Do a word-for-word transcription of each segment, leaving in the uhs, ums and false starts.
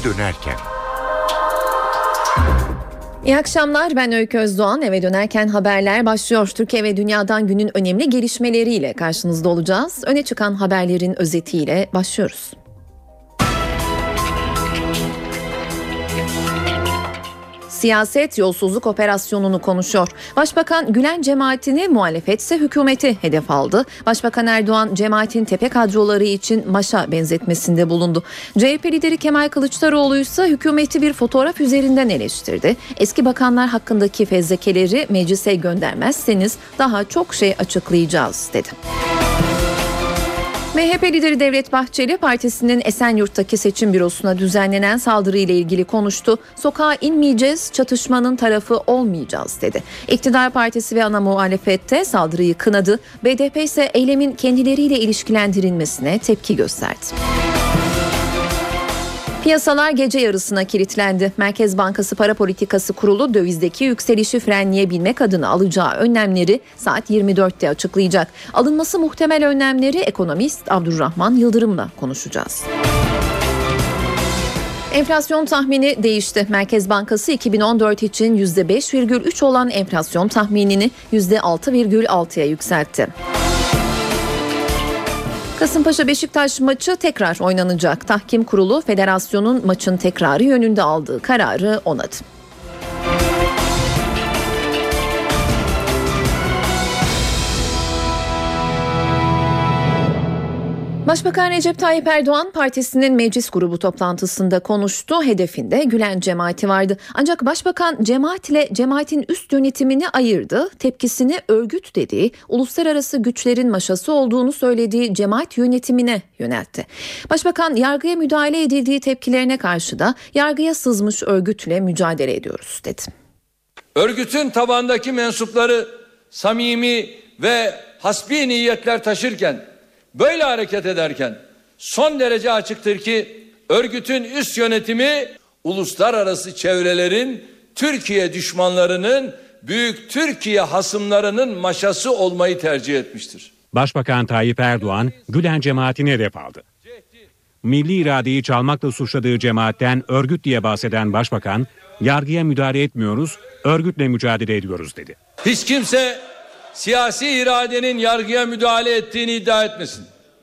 dönerken. İyi akşamlar, ben Öykü Özdoğan. Eve dönerken haberler başlıyor. Türkiye ve dünyadan günün önemli gelişmeleriyle karşınızda olacağız. Öne çıkan haberlerin özetiyle başlıyoruz. Siyaset yolsuzluk operasyonunu konuşuyor. Başbakan Gülen cemaatini, muhalefetse hükümeti hedef aldı. Başbakan Erdoğan cemaatin tepe kadroları için maşa benzetmesinde bulundu. C H P lideri Kemal Kılıçdaroğlu ise hükümeti bir fotoğraf üzerinden eleştirdi. Eski bakanlar hakkındaki fezlekeleri meclise göndermezseniz daha çok şey açıklayacağız dedi. M H P lideri Devlet Bahçeli partisinin Esenyurt'taki seçim bürosuna düzenlenen saldırıyla ilgili konuştu. Sokağa inmeyeceğiz, çatışmanın tarafı olmayacağız dedi. İktidar partisi ve ana muhalefette saldırıyı kınadı. B D P ise eylemin kendileriyle ilişkilendirilmesine tepki gösterdi. Piyasalar gece yarısına kilitlendi. Merkez Bankası Para Politikası Kurulu dövizdeki yükselişi frenleyebilmek adına alacağı önlemleri saat yirmi dörtte açıklayacak. Alınması muhtemel önlemleri ekonomist Abdurrahman Yıldırım'la konuşacağız. Enflasyon tahmini değişti. Merkez Bankası iki bin on dört için yüzde beş virgül üç olan enflasyon tahminini yüzde altı virgül altıya yükseltti. Kasımpaşa Beşiktaş maçı tekrar oynanacak. Tahkim Kurulu federasyonun maçın tekrarı yönünde aldığı kararı onadı. Başbakan Recep Tayyip Erdoğan partisinin meclis grubu toplantısında konuştu. Hedefinde Gülen cemaati vardı. Ancak başbakan cemaat ile cemaatin üst yönetimini ayırdı. Tepkisini örgüt dediği, uluslararası güçlerin maşası olduğunu söylediği cemaat yönetimine yöneltti. Başbakan yargıya müdahale edildiği tepkilerine karşı da yargıya sızmış örgütle mücadele ediyoruz dedi. Örgütün tabandaki mensupları samimi ve hasbi niyetler taşırken, böyle hareket ederken son derece açıktır ki örgütün üst yönetimi uluslararası çevrelerin, Türkiye düşmanlarının, büyük Türkiye hasımlarının maşası olmayı tercih etmiştir. Başbakan Tayyip Erdoğan Gülen cemaatini hedef aldı. Milli iradeyi çalmakla suçladığı cemaatten örgüt diye bahseden başbakan, yargıya müdahale etmiyoruz, örgütle mücadele ediyoruz dedi. Hiç kimse siyasi iradenin yargıya müdahale ettiğini iddia etmesin.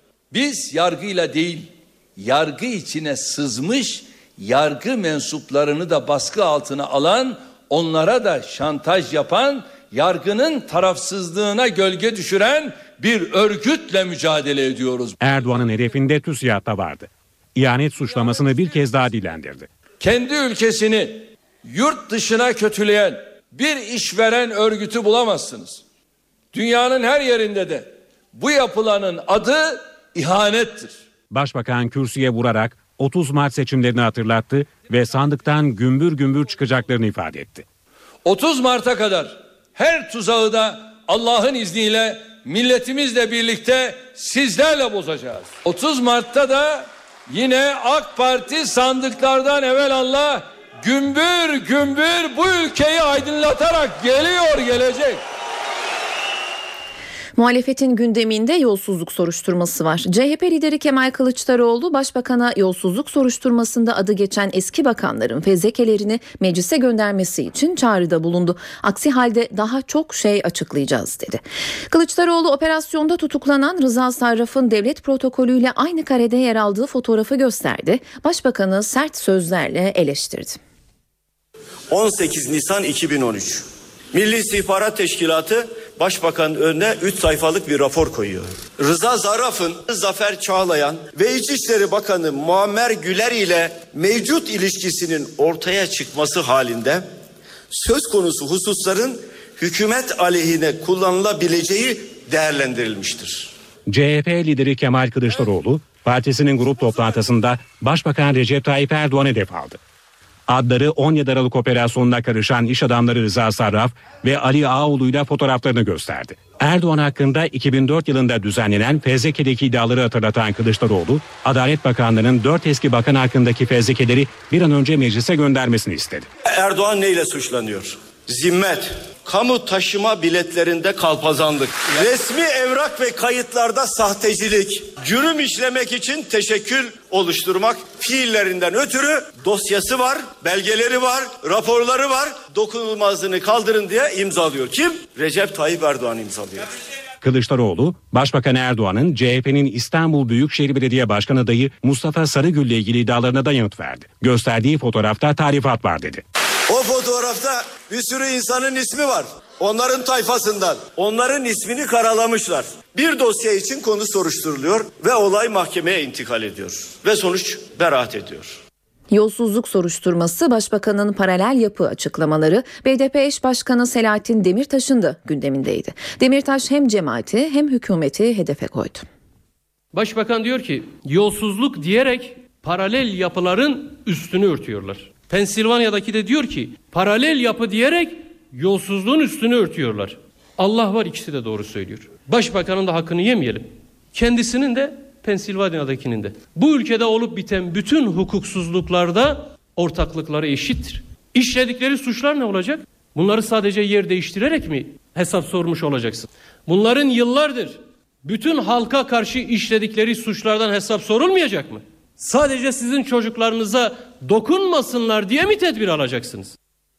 Biz yargıyla değil, yargı içine sızmış, yargı mensuplarını da baskı altına alan, onlara da şantaj yapan, yargının tarafsızlığına gölge düşüren bir örgütle mücadele ediyoruz. Erdoğan'ın hedefinde TÜSİAD da vardı. İhanet suçlamasını bir kez daha dillendirdi. Kendi ülkesini yurt dışına kötüleyen bir işveren örgütü bulamazsınız. Dünyanın her yerinde de bu yapılanın adı ihanettir. Başbakan kürsüye vurarak otuz Mart seçimlerini hatırlattı ve sandıktan gümbür gümbür çıkacaklarını ifade etti. otuz Mart'a kadar her tuzağı da Allah'ın izniyle milletimizle birlikte sizlerle bozacağız. otuz Mart'ta da yine AK Parti sandıklardan evvelallah gümbür gümbür bu ülkeyi aydınlatarak geliyor, gelecek. Muhalefetin gündeminde yolsuzluk soruşturması var. C H P lideri Kemal Kılıçdaroğlu, başbakana yolsuzluk soruşturmasında adı geçen eski bakanların fezlekelerini meclise göndermesi için çağrıda bulundu. Aksi halde daha çok şey açıklayacağız dedi. Kılıçdaroğlu operasyonda tutuklanan Rıza Sarraf'ın devlet protokolüyle aynı karede yer aldığı fotoğrafı gösterdi. Başbakanı sert sözlerle eleştirdi. on sekiz Nisan iki bin on üç Milli İstihbarat Teşkilatı Başbakanın önüne üç sayfalık bir rapor koyuyor. Rıza Zarraf'ın Zafer Çağlayan ve İçişleri Bakanı Muammer Güler ile mevcut ilişkisinin ortaya çıkması halinde söz konusu hususların hükümet aleyhine kullanılabileceği değerlendirilmiştir. C H P lideri Kemal Kılıçdaroğlu partisinin grup toplantısında Başbakan Recep Tayyip Erdoğan'ı hedef aldı. Adları on yedi Aralık operasyonuna karışan iş adamları Rıza Sarraf ve Ali Ağaoğlu'yla fotoğraflarını gösterdi. Erdoğan hakkında iki bin dört yılında düzenlenen fezlekedeki iddiaları hatırlatan Kılıçdaroğlu, Adalet Bakanlığı'nın dört eski bakan hakkındaki fezlekeleri bir an önce meclise göndermesini istedi. Erdoğan neyle suçlanıyor? Zimmet, kamu taşıma biletlerinde kalpazanlık, resmi evrak ve kayıtlarda sahtecilik, cürüm işlemek için teşekkül oluşturmak fiillerinden ötürü dosyası var, belgeleri var, raporları var. Dokunulmazlığını kaldırın diye imzalıyor. Kim? Recep Tayyip Erdoğan imzalıyor. Kılıçdaroğlu, Başbakan Erdoğan'ın C H P'nin İstanbul Büyükşehir Belediye Başkanı adayı Mustafa Sarıgül ile ilgili iddialarına da yanıt verdi. Gösterdiği fotoğrafta tarifat var dedi. O fotoğrafta bir sürü insanın ismi var. Onların tayfasından. Onların ismini karalamışlar. Bir dosya için konu soruşturuluyor ve olay mahkemeye intikal ediyor. Ve sonuç beraat ediyor. Yolsuzluk soruşturması, Başbakanın paralel yapı açıklamaları B D P eş başkanı Selahattin Demirtaş'ın da gündemindeydi. Demirtaş hem cemaati hem hükümeti hedefe koydu. Başbakan diyor ki yolsuzluk diyerek paralel yapıların üstünü örtüyorlar. Pensilvanya'daki de diyor ki paralel yapı diyerek yolsuzluğun üstünü örtüyorlar. Allah var, ikisi de doğru söylüyor. Başbakanın da hakkını yemeyelim. Kendisinin de Pensilvanya'dakinin de. Bu ülkede olup biten bütün hukuksuzluklarda ortaklıkları eşittir. İşledikleri suçlar ne olacak? Bunları sadece yer değiştirerek mi hesap sormuş olacaksın? Bunların yıllardır bütün halka karşı işledikleri suçlardan hesap sorulmayacak mı? Sadece sizin çocuklarınıza dokunmasınlar diye mi tedbir alacaksınız?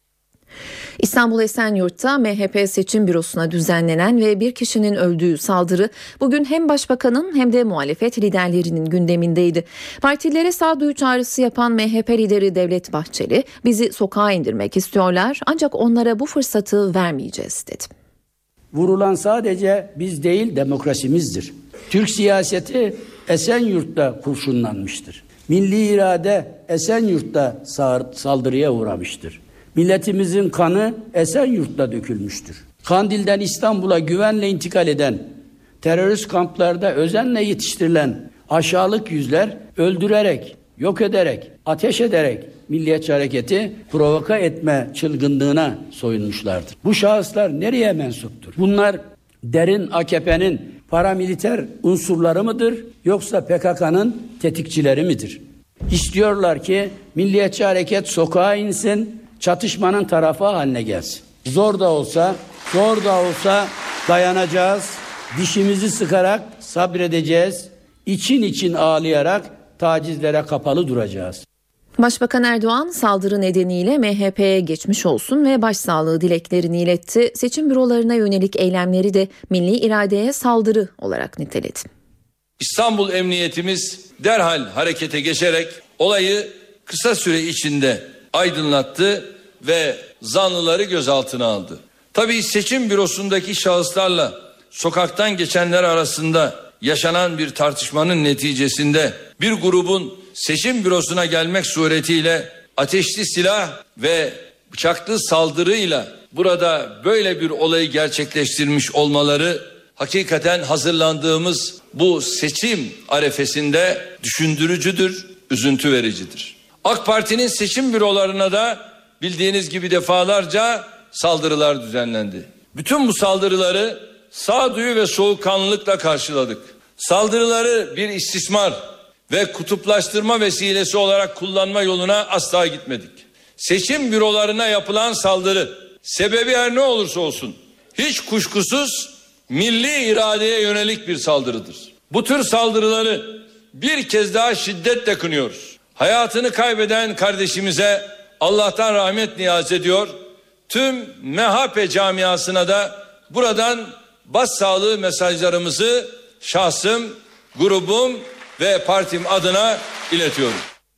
İstanbul Esenyurt'ta M H P seçim bürosuna düzenlenen ve bir kişinin öldüğü saldırı bugün hem başbakanın hem de muhalefet liderlerinin gündemindeydi. Partilere sağduyu çağrısı yapan M H P lideri Devlet Bahçeli, bizi sokağa indirmek istiyorlar ancak onlara bu fırsatı vermeyeceğiz dedi. Vurulan sadece biz değil, demokrasimizdir. Türk siyaseti Esenyurt'ta kurşunlanmıştır. Milli irade Esenyurt'ta saldırıya uğramıştır. Milletimizin kanı Esenyurt'ta dökülmüştür. Kandil'den İstanbul'a güvenle intikal eden, terörist kamplarda özenle yetiştirilen aşağılık yüzler öldürerek, yok ederek, ateş ederek Milliyetçi Hareketi provoka etme çılgınlığına soyunmuşlardır. Bu şahıslar nereye mensuptur? Bunlar derin A K P'nin paramiliter unsurları mıdır yoksa P K K'nın tetikçileri midir? İstiyorlar ki Milliyetçi Hareket sokağa insin, çatışmanın tarafı haline gelsin. Zor da olsa, zor da olsa dayanacağız, dişimizi sıkarak sabredeceğiz, için için ağlayarak tacizlere kapalı duracağız. Başbakan Erdoğan saldırı nedeniyle M H P'ye geçmiş olsun ve başsağlığı dileklerini iletti. Seçim bürolarına yönelik eylemleri de milli iradeye saldırı olarak niteledi. İstanbul Emniyetimiz derhal harekete geçerek olayı kısa süre içinde aydınlattı ve zanlıları gözaltına aldı. Tabii seçim bürosundaki şahıslarla sokaktan geçenler arasında yaşanan bir tartışmanın neticesinde bir grubun seçim bürosuna gelmek suretiyle ateşli silah ve bıçaklı saldırıyla burada böyle bir olayı gerçekleştirmiş olmaları hakikaten hazırlandığımız bu seçim arefesinde düşündürücüdür, üzüntü vericidir. AK Parti'nin seçim bürolarına da bildiğiniz gibi defalarca saldırılar düzenlendi. Bütün bu saldırıları sağduyu ve soğukkanlılıkla karşıladık. Saldırıları bir istismar ve kutuplaştırma vesilesi olarak kullanma yoluna asla gitmedik. Seçim bürolarına yapılan saldırı, sebebi her ne olursa olsun, hiç kuşkusuz milli iradeye yönelik bir saldırıdır. Bu tür saldırıları bir kez daha şiddetle kınıyoruz. Hayatını kaybeden kardeşimize Allah'tan rahmet niyaz ediyor. Tüm M H P camiasına da buradan başsağlığı mesajlarımızı şahsım, grubum ve partim adına iletiyorum.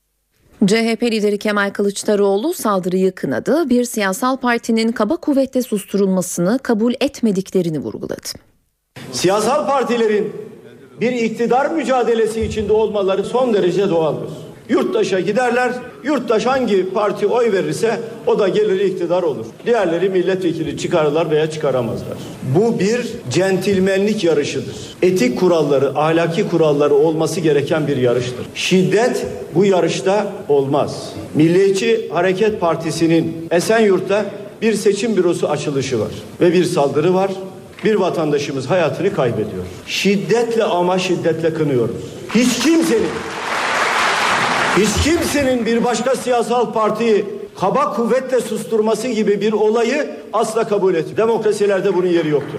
C H P lideri Kemal Kılıçdaroğlu saldırıyı kınadı. Bir siyasal partinin kaba kuvvetle susturulmasını kabul etmediklerini vurguladı. Siyasal partilerin bir iktidar mücadelesi içinde olmaları son derece doğaldır. Yurttaşa giderler, yurttaş hangi parti oy verirse o da gelir iktidar olur. Diğerleri milletvekili çıkarırlar veya çıkaramazlar. Bu bir centilmenlik yarışıdır. Etik kuralları, ahlaki kuralları olması gereken bir yarıştır. Şiddet bu yarışta olmaz. Milliyetçi Hareket Partisi'nin Esenyurt'ta bir seçim bürosu açılışı var ve bir saldırı var. Bir vatandaşımız hayatını kaybediyor. Şiddetle ama şiddetle kınıyoruz. Hiç kimsenin Hiç kimsenin bir başka siyasal partiyi kaba kuvvetle susturması gibi bir olayı asla kabul etmiyor. Demokrasilerde bunun yeri yoktur.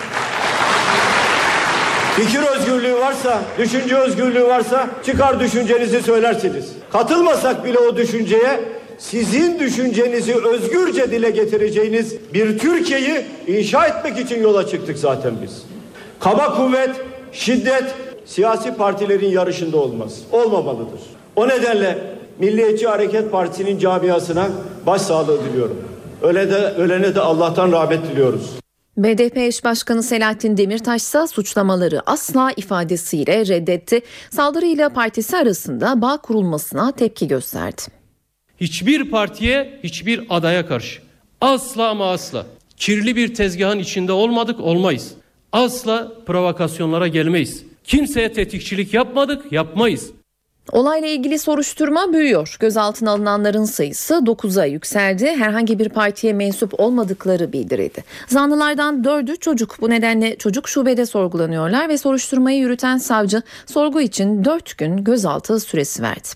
Fikir özgürlüğü varsa, düşünce özgürlüğü varsa çıkar düşüncenizi söylersiniz. Katılmasak bile o düşünceye sizin düşüncenizi özgürce dile getireceğiniz bir Türkiye'yi inşa etmek için yola çıktık zaten biz. Kaba kuvvet, şiddet siyasi partilerin yarışında olmaz. Olmamalıdır. O nedenle Milliyetçi Hareket Partisi'nin camiasına başsağlığı diliyorum. Öyle de, ölene de Allah'tan rahmet diliyoruz. B D P eş başkanı Selahattin Demirtaş ise suçlamaları asla ifadesiyle reddetti. Saldırıyla partisi arasında bağ kurulmasına tepki gösterdi. Hiçbir partiye, hiçbir adaya karşı asla ama asla kirli bir tezgahın içinde olmadık, olmayız. Asla provokasyonlara gelmeyiz. Kimseye tetikçilik yapmadık, yapmayız. Olayla ilgili soruşturma büyüyor. Gözaltına alınanların sayısı dokuza yükseldi. Herhangi bir partiye mensup olmadıkları bildirildi. Zanlılardan dördü çocuk. Bu nedenle çocuk şubede sorgulanıyorlar ve soruşturmayı yürüten savcı sorgu için dört gün gözaltı süresi verdi.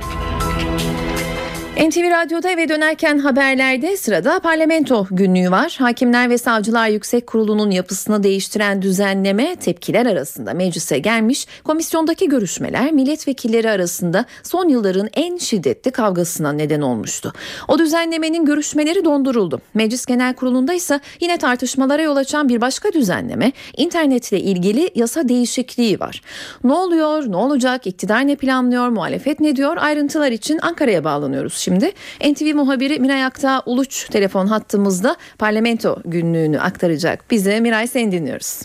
N T V Radyo'da eve dönerken haberlerde sırada parlamento günlüğü var. Hakimler ve Savcılar Yüksek Kurulu'nun yapısını değiştiren düzenleme tepkiler arasında meclise gelmiş. Komisyondaki görüşmeler milletvekilleri arasında son yılların en şiddetli kavgasına neden olmuştu. O düzenlemenin görüşmeleri donduruldu. Meclis Genel Kurulu'nda ise yine tartışmalara yol açan bir başka düzenleme, internetle ilgili yasa değişikliği var. Ne oluyor, ne olacak, iktidar ne planlıyor, muhalefet ne diyor? Ayrıntılar için Ankara'ya bağlanıyoruz. Şimdi N T V muhabiri Miray Aktağ Uluç telefon hattımızda parlamento günlüğünü aktaracak. Bize Miray, seni dinliyoruz.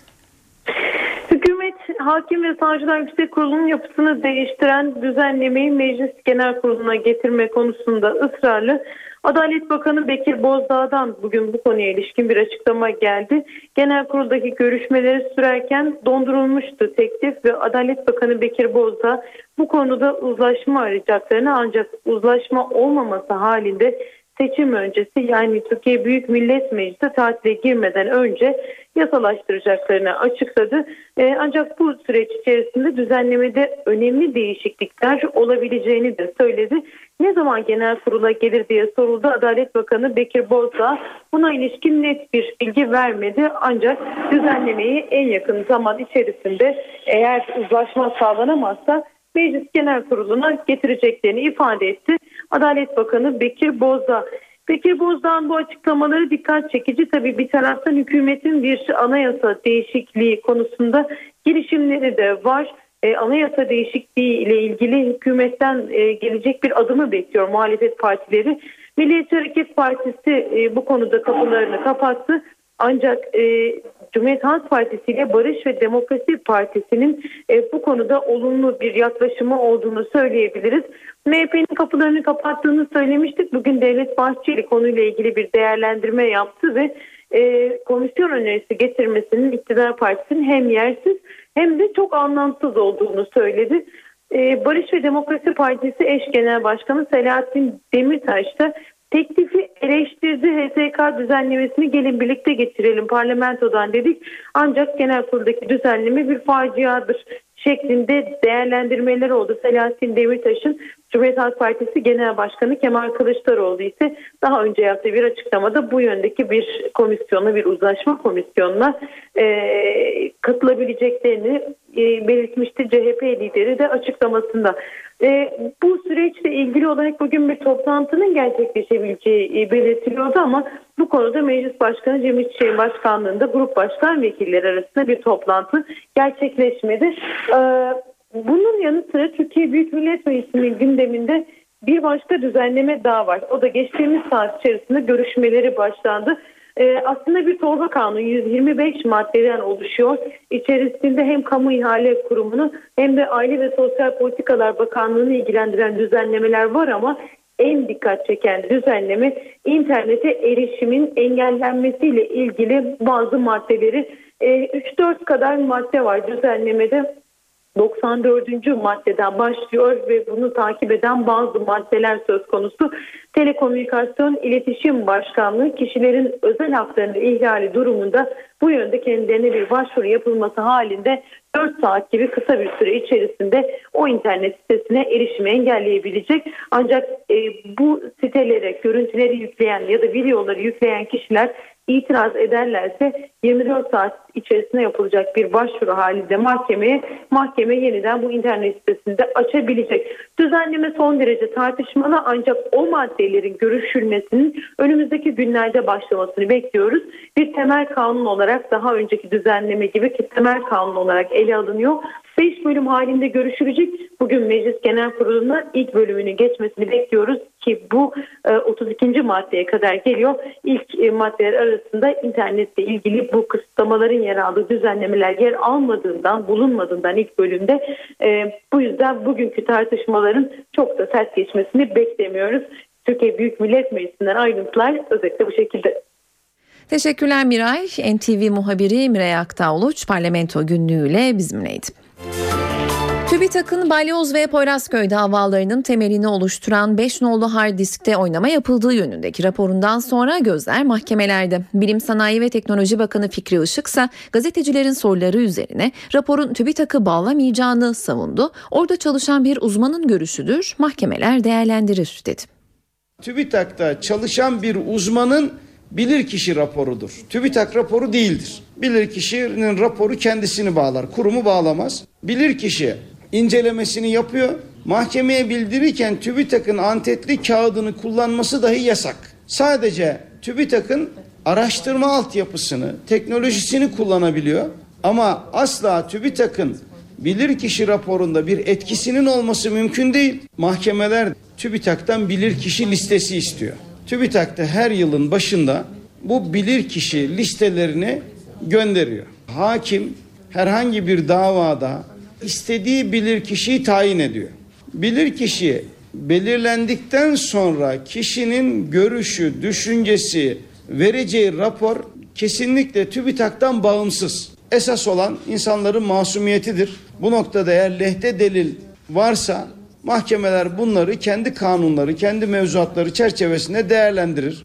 Hükümet, Hakim ve Savcılar Yüksek Kurulu'nun yapısını değiştiren düzenlemeyi Meclis Genel Kurulu'na getirme konusunda ısrarlı. Adalet Bakanı Bekir Bozdağ'dan bugün bu konuya ilişkin bir açıklama geldi. Genel Kurul'daki görüşmeleri sürerken dondurulmuştu teklif ve Adalet Bakanı Bekir Bozdağ bu konuda uzlaşma arayacaklarını, ancak uzlaşma olmaması halinde seçim öncesi, yani Türkiye Büyük Millet Meclisi tatile girmeden önce yasalaştıracaklarını açıkladı. Ee, ancak bu süreç içerisinde düzenlemede önemli değişiklikler olabileceğini de söyledi. Ne zaman genel kurula gelir diye soruldu. Adalet Bakanı Bekir Bozdağ buna ilişkin net bir bilgi vermedi. Ancak düzenlemeyi en yakın zaman içerisinde eğer uzlaşma sağlanamazsa Meclis Genel Kurulu'na getireceklerini ifade etti Adalet Bakanı Bekir Bozdağ. Bekir Bozdağ'ın bu açıklamaları dikkat çekici. Tabii bir taraftan hükümetin bir anayasa değişikliği konusunda girişimleri de var. E, anayasa değişikliği ile ilgili hükümetten e, gelecek bir adımı bekliyor muhalefet partileri. Milliyetçi Hareket Partisi e, bu konuda kapılarını kapattı. Ancak e, Cumhuriyet Halk Partisi ile Barış ve Demokrasi Partisi'nin e, bu konuda olumlu bir yaklaşımı olduğunu söyleyebiliriz. M H P'nin kapılarını kapattığını söylemiştik. Bugün Devlet Bahçeli konuyla ilgili bir değerlendirme yaptı ve e, komisyon önerisi getirmesinin iktidar partisinin hem yersiz hem de çok anlamsız olduğunu söyledi. E, Barış ve Demokrasi Partisi eş genel başkanı Selahattin Demirtaş da teklifi eleştirdi. H S K düzenlemesini gelin birlikte getirelim parlamentodan dedik. Ancak genel kuruldaki düzenleme bir faciadır şeklinde değerlendirmeler oldu. Selahattin Demirtaş'ın Cumhuriyet Halk Partisi Genel Başkanı Kemal Kılıçdaroğlu ise daha önce yaptığı bir açıklamada bu yöndeki bir komisyona, bir uzlaşma komisyonuna e, katılabileceklerini e, belirtmişti C H P lideri de açıklamasında. E, bu süreçle ilgili olarak bugün bir toplantının gerçekleşebileceği e, belirtiliyordu ama bu konuda Meclis Başkanı Cemil Çiçek'in başkanlığında grup başkan vekilleri arasında bir toplantı gerçekleşmedi. E, bunun yanı sıra Türkiye Büyük Millet Meclisi'nin gündeminde bir başka düzenleme daha var. O da geçtiğimiz saat içerisinde görüşmeleri başlandı. Ee, aslında bir torba kanun yüz yirmi beş maddeden oluşuyor. İçerisinde hem Kamu İhale Kurumu'nu hem de Aile ve Sosyal Politikalar Bakanlığı'nı ilgilendiren düzenlemeler var ama en dikkat çeken düzenleme internete erişimin engellenmesiyle ilgili bazı maddeleri. Ee, üç dört kadar madde var düzenlemede. doksan dördüncü maddeden başlıyor ve bunu takip eden bazı maddeler söz konusu. Telekomünikasyon İletişim Başkanlığı kişilerin özel haklarını ihlali durumunda bu yönde kendilerine bir başvuru yapılması halinde dört saat gibi kısa bir süre içerisinde o internet sitesine erişimi engelleyebilecek. Ancak e, bu sitelere görüntüleri yükleyen ya da videoları yükleyen kişiler itiraz ederlerse yirmi dört saat içerisinde yapılacak bir başvuru halinde mahkemeye mahkeme yeniden bu internet sitesinde açabilecek. Düzenleme son derece tartışmalı ancak o maddelerin görüşülmesinin önümüzdeki günlerde başlamasını bekliyoruz. Bir temel kanun olarak daha önceki düzenleme gibi ki temel kanun olarak ele alınıyor. beş bölüm halinde görüşülecek. Bugün Meclis Genel Kurulu'na ilk bölümünün geçmesini bekliyoruz ki bu otuz ikinci maddeye kadar geliyor. İlk maddeler arasında internetle ilgili bu kısıtlamaların yer aldığı düzenlemeler yer almadığından, bulunmadığından ilk bölümde e, bu yüzden bugünkü tartışmaların çok da sert geçmesini beklemiyoruz. Türkiye Büyük Millet Meclisi'nden ayrıntılar özellikle bu şekilde. Teşekkürler Miray. N T V muhabiri Miray Aktağuluç parlamento günlüğüyle bizimleydi. TÜBİTAK'ın Balyoz ve Poyrazköy davalarının temelini oluşturan beş nolu hard diskte oynama yapıldığı yönündeki raporundan sonra gözler mahkemelerde. Bilim Sanayi ve Teknoloji Bakanı Fikri Işık ise gazetecilerin soruları üzerine raporun TÜBİTAK'ı bağlamayacağını savundu. Orada çalışan bir uzmanın görüşüdür, mahkemeler değerlendirir dedi. TÜBİTAK'ta çalışan bir uzmanın bilirkişi raporudur. TÜBİTAK raporu değildir. Bilirkişinin raporu kendisini bağlar, kurumu bağlamaz. Bilirkişi incelemesini yapıyor. Mahkemeye bildirirken TÜBİTAK'ın antetli kağıdını kullanması dahi yasak. Sadece TÜBİTAK'ın araştırma altyapısını, teknolojisini kullanabiliyor. Ama asla TÜBİTAK'ın bilirkişi raporunda bir etkisinin olması mümkün değil. Mahkemeler TÜBİTAK'tan bilirkişi listesi istiyor. TÜBİTAK'ta her yılın başında bu bilirkişi listelerini gönderiyor. Hakim herhangi bir davada istediği bilirkişiyi tayin ediyor. Bilirkişi belirlendikten sonra kişinin görüşü, düşüncesi, vereceği rapor kesinlikle TÜBİTAK'tan bağımsız. Esas olan insanların masumiyetidir. Bu noktada eğer lehte delil varsa mahkemeler bunları kendi kanunları, kendi mevzuatları çerçevesinde değerlendirir.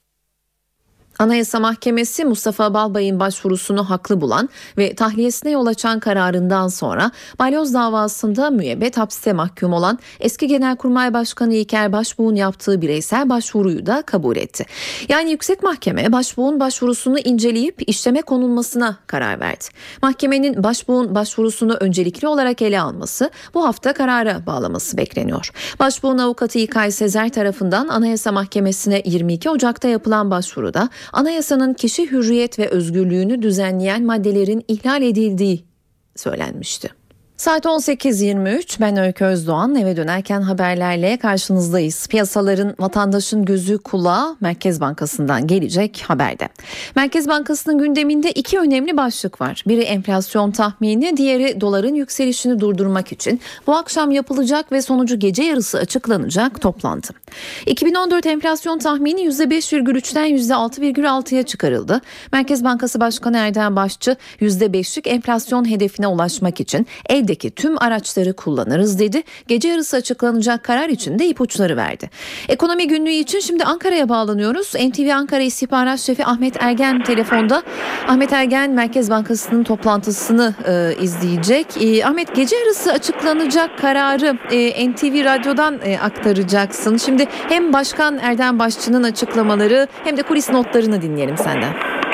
Anayasa Mahkemesi Mustafa Balbay'ın başvurusunu haklı bulan ve tahliyesine yol açan kararından sonra Balyoz davasında müebbet hapse mahkum olan eski Genelkurmay Başkanı İlker Başbuğ'un yaptığı bireysel başvuruyu da kabul etti. Yani Yüksek Mahkeme Başbuğ'un başvurusunu inceleyip işleme konulmasına karar verdi. Mahkemenin Başbuğ'un başvurusunu öncelikli olarak ele alması, bu hafta karara bağlaması bekleniyor. Başbuğ'un avukatı İlkay Sezer tarafından Anayasa Mahkemesi'ne yirmi iki Ocak'ta yapılan başvuruda anayasanın kişi hürriyet ve özgürlüğünü düzenleyen maddelerin ihlal edildiği söylenmişti. Saat on sekiz yirmi üç, ben Öykü Özdoğan. Eve dönerken haberlerle karşınızdayız. Piyasaların vatandaşın gözü kulağı Merkez Bankası'ndan gelecek haberde. Merkez Bankası'nın gündeminde iki önemli başlık var. Biri enflasyon tahmini, diğeri doların yükselişini durdurmak için bu akşam yapılacak ve sonucu gece yarısı açıklanacak toplantı. iki bin on dört enflasyon tahmini yüzde beş virgül üçten yüzde altı virgül altıya çıkarıldı. Merkez Bankası Başkanı Erdem Başçı yüzde beşlik enflasyon hedefine ulaşmak için el Eldeki tüm araçları kullanırız dedi. Gece yarısı açıklanacak karar için de ipuçları verdi. Ekonomi günlüğü için şimdi Ankara'ya bağlanıyoruz. N T V Ankara İstihbarat Şefi Ahmet Ergen telefonda. Ahmet Ergen Merkez Bankası'nın toplantısını e, izleyecek. E, Ahmet, gece yarısı açıklanacak kararı e, N T V Radyo'dan e, aktaracaksın. Şimdi hem Başkan Erdem Başçı'nın açıklamaları hem de kulis notlarını dinleyelim senden.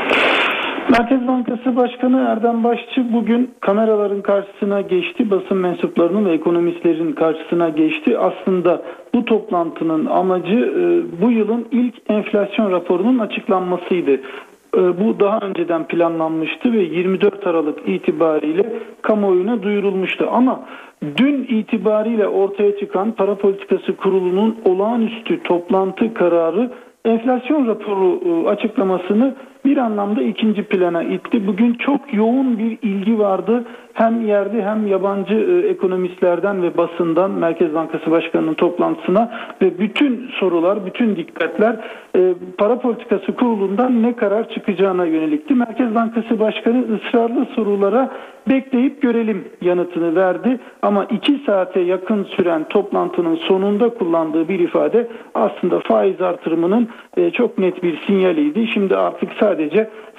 Merkez Bankası Başkanı Erdem Başçı bugün kameraların karşısına geçti, basın mensuplarının ve ekonomistlerin karşısına geçti. Aslında bu toplantının amacı bu yılın ilk enflasyon raporunun açıklanmasıydı. Bu daha önceden planlanmıştı ve yirmi dört Aralık itibariyle kamuoyuna duyurulmuştu. Ama dün itibariyle ortaya çıkan Para Politikası Kurulu'nun olağanüstü toplantı kararı enflasyon raporu açıklamasını bir anlamda ikinci plana itti. Bugün çok yoğun bir ilgi vardı. Hem yerli hem yabancı e, ekonomistlerden ve basından Merkez Bankası Başkanı'nın toplantısına ve bütün sorular, bütün dikkatler e, Para Politikası Kurulu'ndan ne karar çıkacağına yönelikti. Merkez Bankası Başkanı ısrarlı sorulara bekleyip görelim yanıtını verdi. Ama iki saate yakın süren toplantının sonunda kullandığı bir ifade aslında faiz artırımının e, çok net bir sinyaliydi. Şimdi artık sadece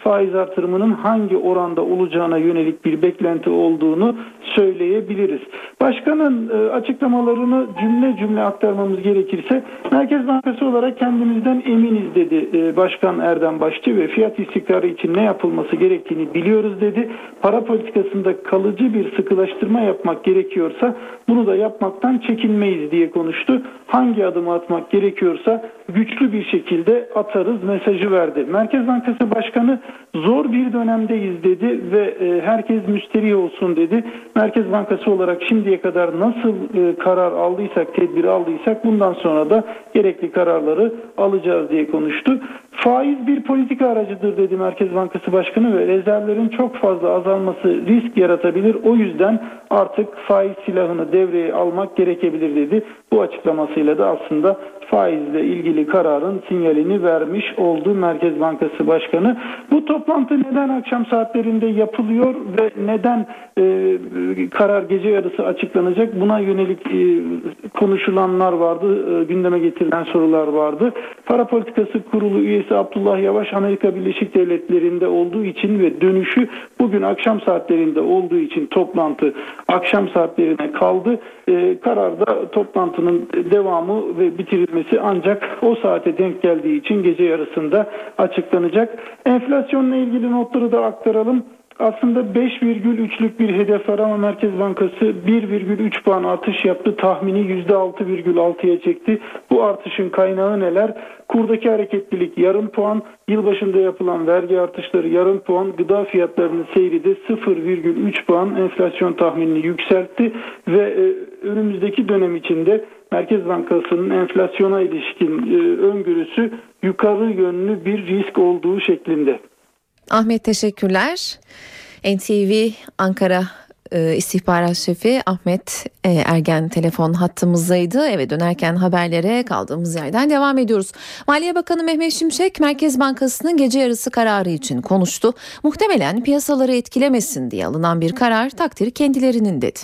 faiz artırımının hangi oranda olacağına yönelik bir beklenti olduğunu söyleyebiliriz. Başkanın e, açıklamalarını cümle cümle aktarmamız gerekirse, Merkez Bankası olarak kendimizden eminiz dedi e, Başkan Erdem Başçı ve fiyat istikrarı için ne yapılması gerektiğini biliyoruz dedi. Para politikasında kalıcı bir sıkılaştırma yapmak gerekiyorsa bunu da yapmaktan çekinmeyiz diye konuştu. Hangi adımı atmak gerekiyorsa güçlü bir şekilde atarız mesajı verdi. Merkez Bankası Başkanı zor bir dönemdeyiz dedi ve e, herkes müsterih olsun dedi. Merkez Bankası olarak şimdiye kadar nasıl e, karar aldıysak, tedbir aldıysak bundan sonra da gerekli kararları alacağız diye konuştu. Faiz bir politika aracıdır dedi Merkez Bankası Başkanı ve rezervlerin çok fazla azalması risk yaratabilir. O yüzden artık faiz silahını devreye almak gerekebilir dedi. Bu açıklamasıyla da aslında faizle ilgili kararın sinyalini vermiş oldu Merkez Bankası Başkanı. Bu toplantı neden akşam saatlerinde yapılıyor ve neden e, karar gece yarısı açıklanacak? Buna yönelik e, konuşulanlar vardı, e, gündeme getirilen sorular vardı. Para Politikası Kurulu üyesi Abdullah Yavaş Amerika Birleşik Devletleri'nde olduğu için ve dönüşü bugün akşam saatlerinde olduğu için toplantı akşam saatlerine kaldı. E, kararda toplantının devamı ve bitirilmesi ancak o saate denk geldiği için gece yarısında açıklanacak. Enflasyonla ilgili notları da aktaralım. Aslında beş virgül üçlük bir hedef var ama Merkez Bankası bir virgül üç puan artış yaptı. Tahmini yüzde altı virgül altıya çekti. Bu artışın kaynağı neler? Kurdaki hareketlilik yarım puan, yılbaşında yapılan vergi artışları yarım puan, gıda fiyatlarının seyri de sıfır virgül üç puan enflasyon tahminini yükseltti ve e, önümüzdeki dönem içinde Merkez Bankası'nın enflasyona ilişkin e, öngörüsü yukarı yönlü bir risk olduğu şeklinde. Ahmet teşekkürler. N T V Ankara e, İstihbarat Şefi Ahmet e, Ergen telefon hattımızdaydı. Eve dönerken haberlere kaldığımız yerden devam ediyoruz. Maliye Bakanı Mehmet Şimşek Merkez Bankası'nın gece yarısı kararı için konuştu. Muhtemelen piyasaları etkilemesin diye alınan bir karar, takdiri kendilerinin dedi.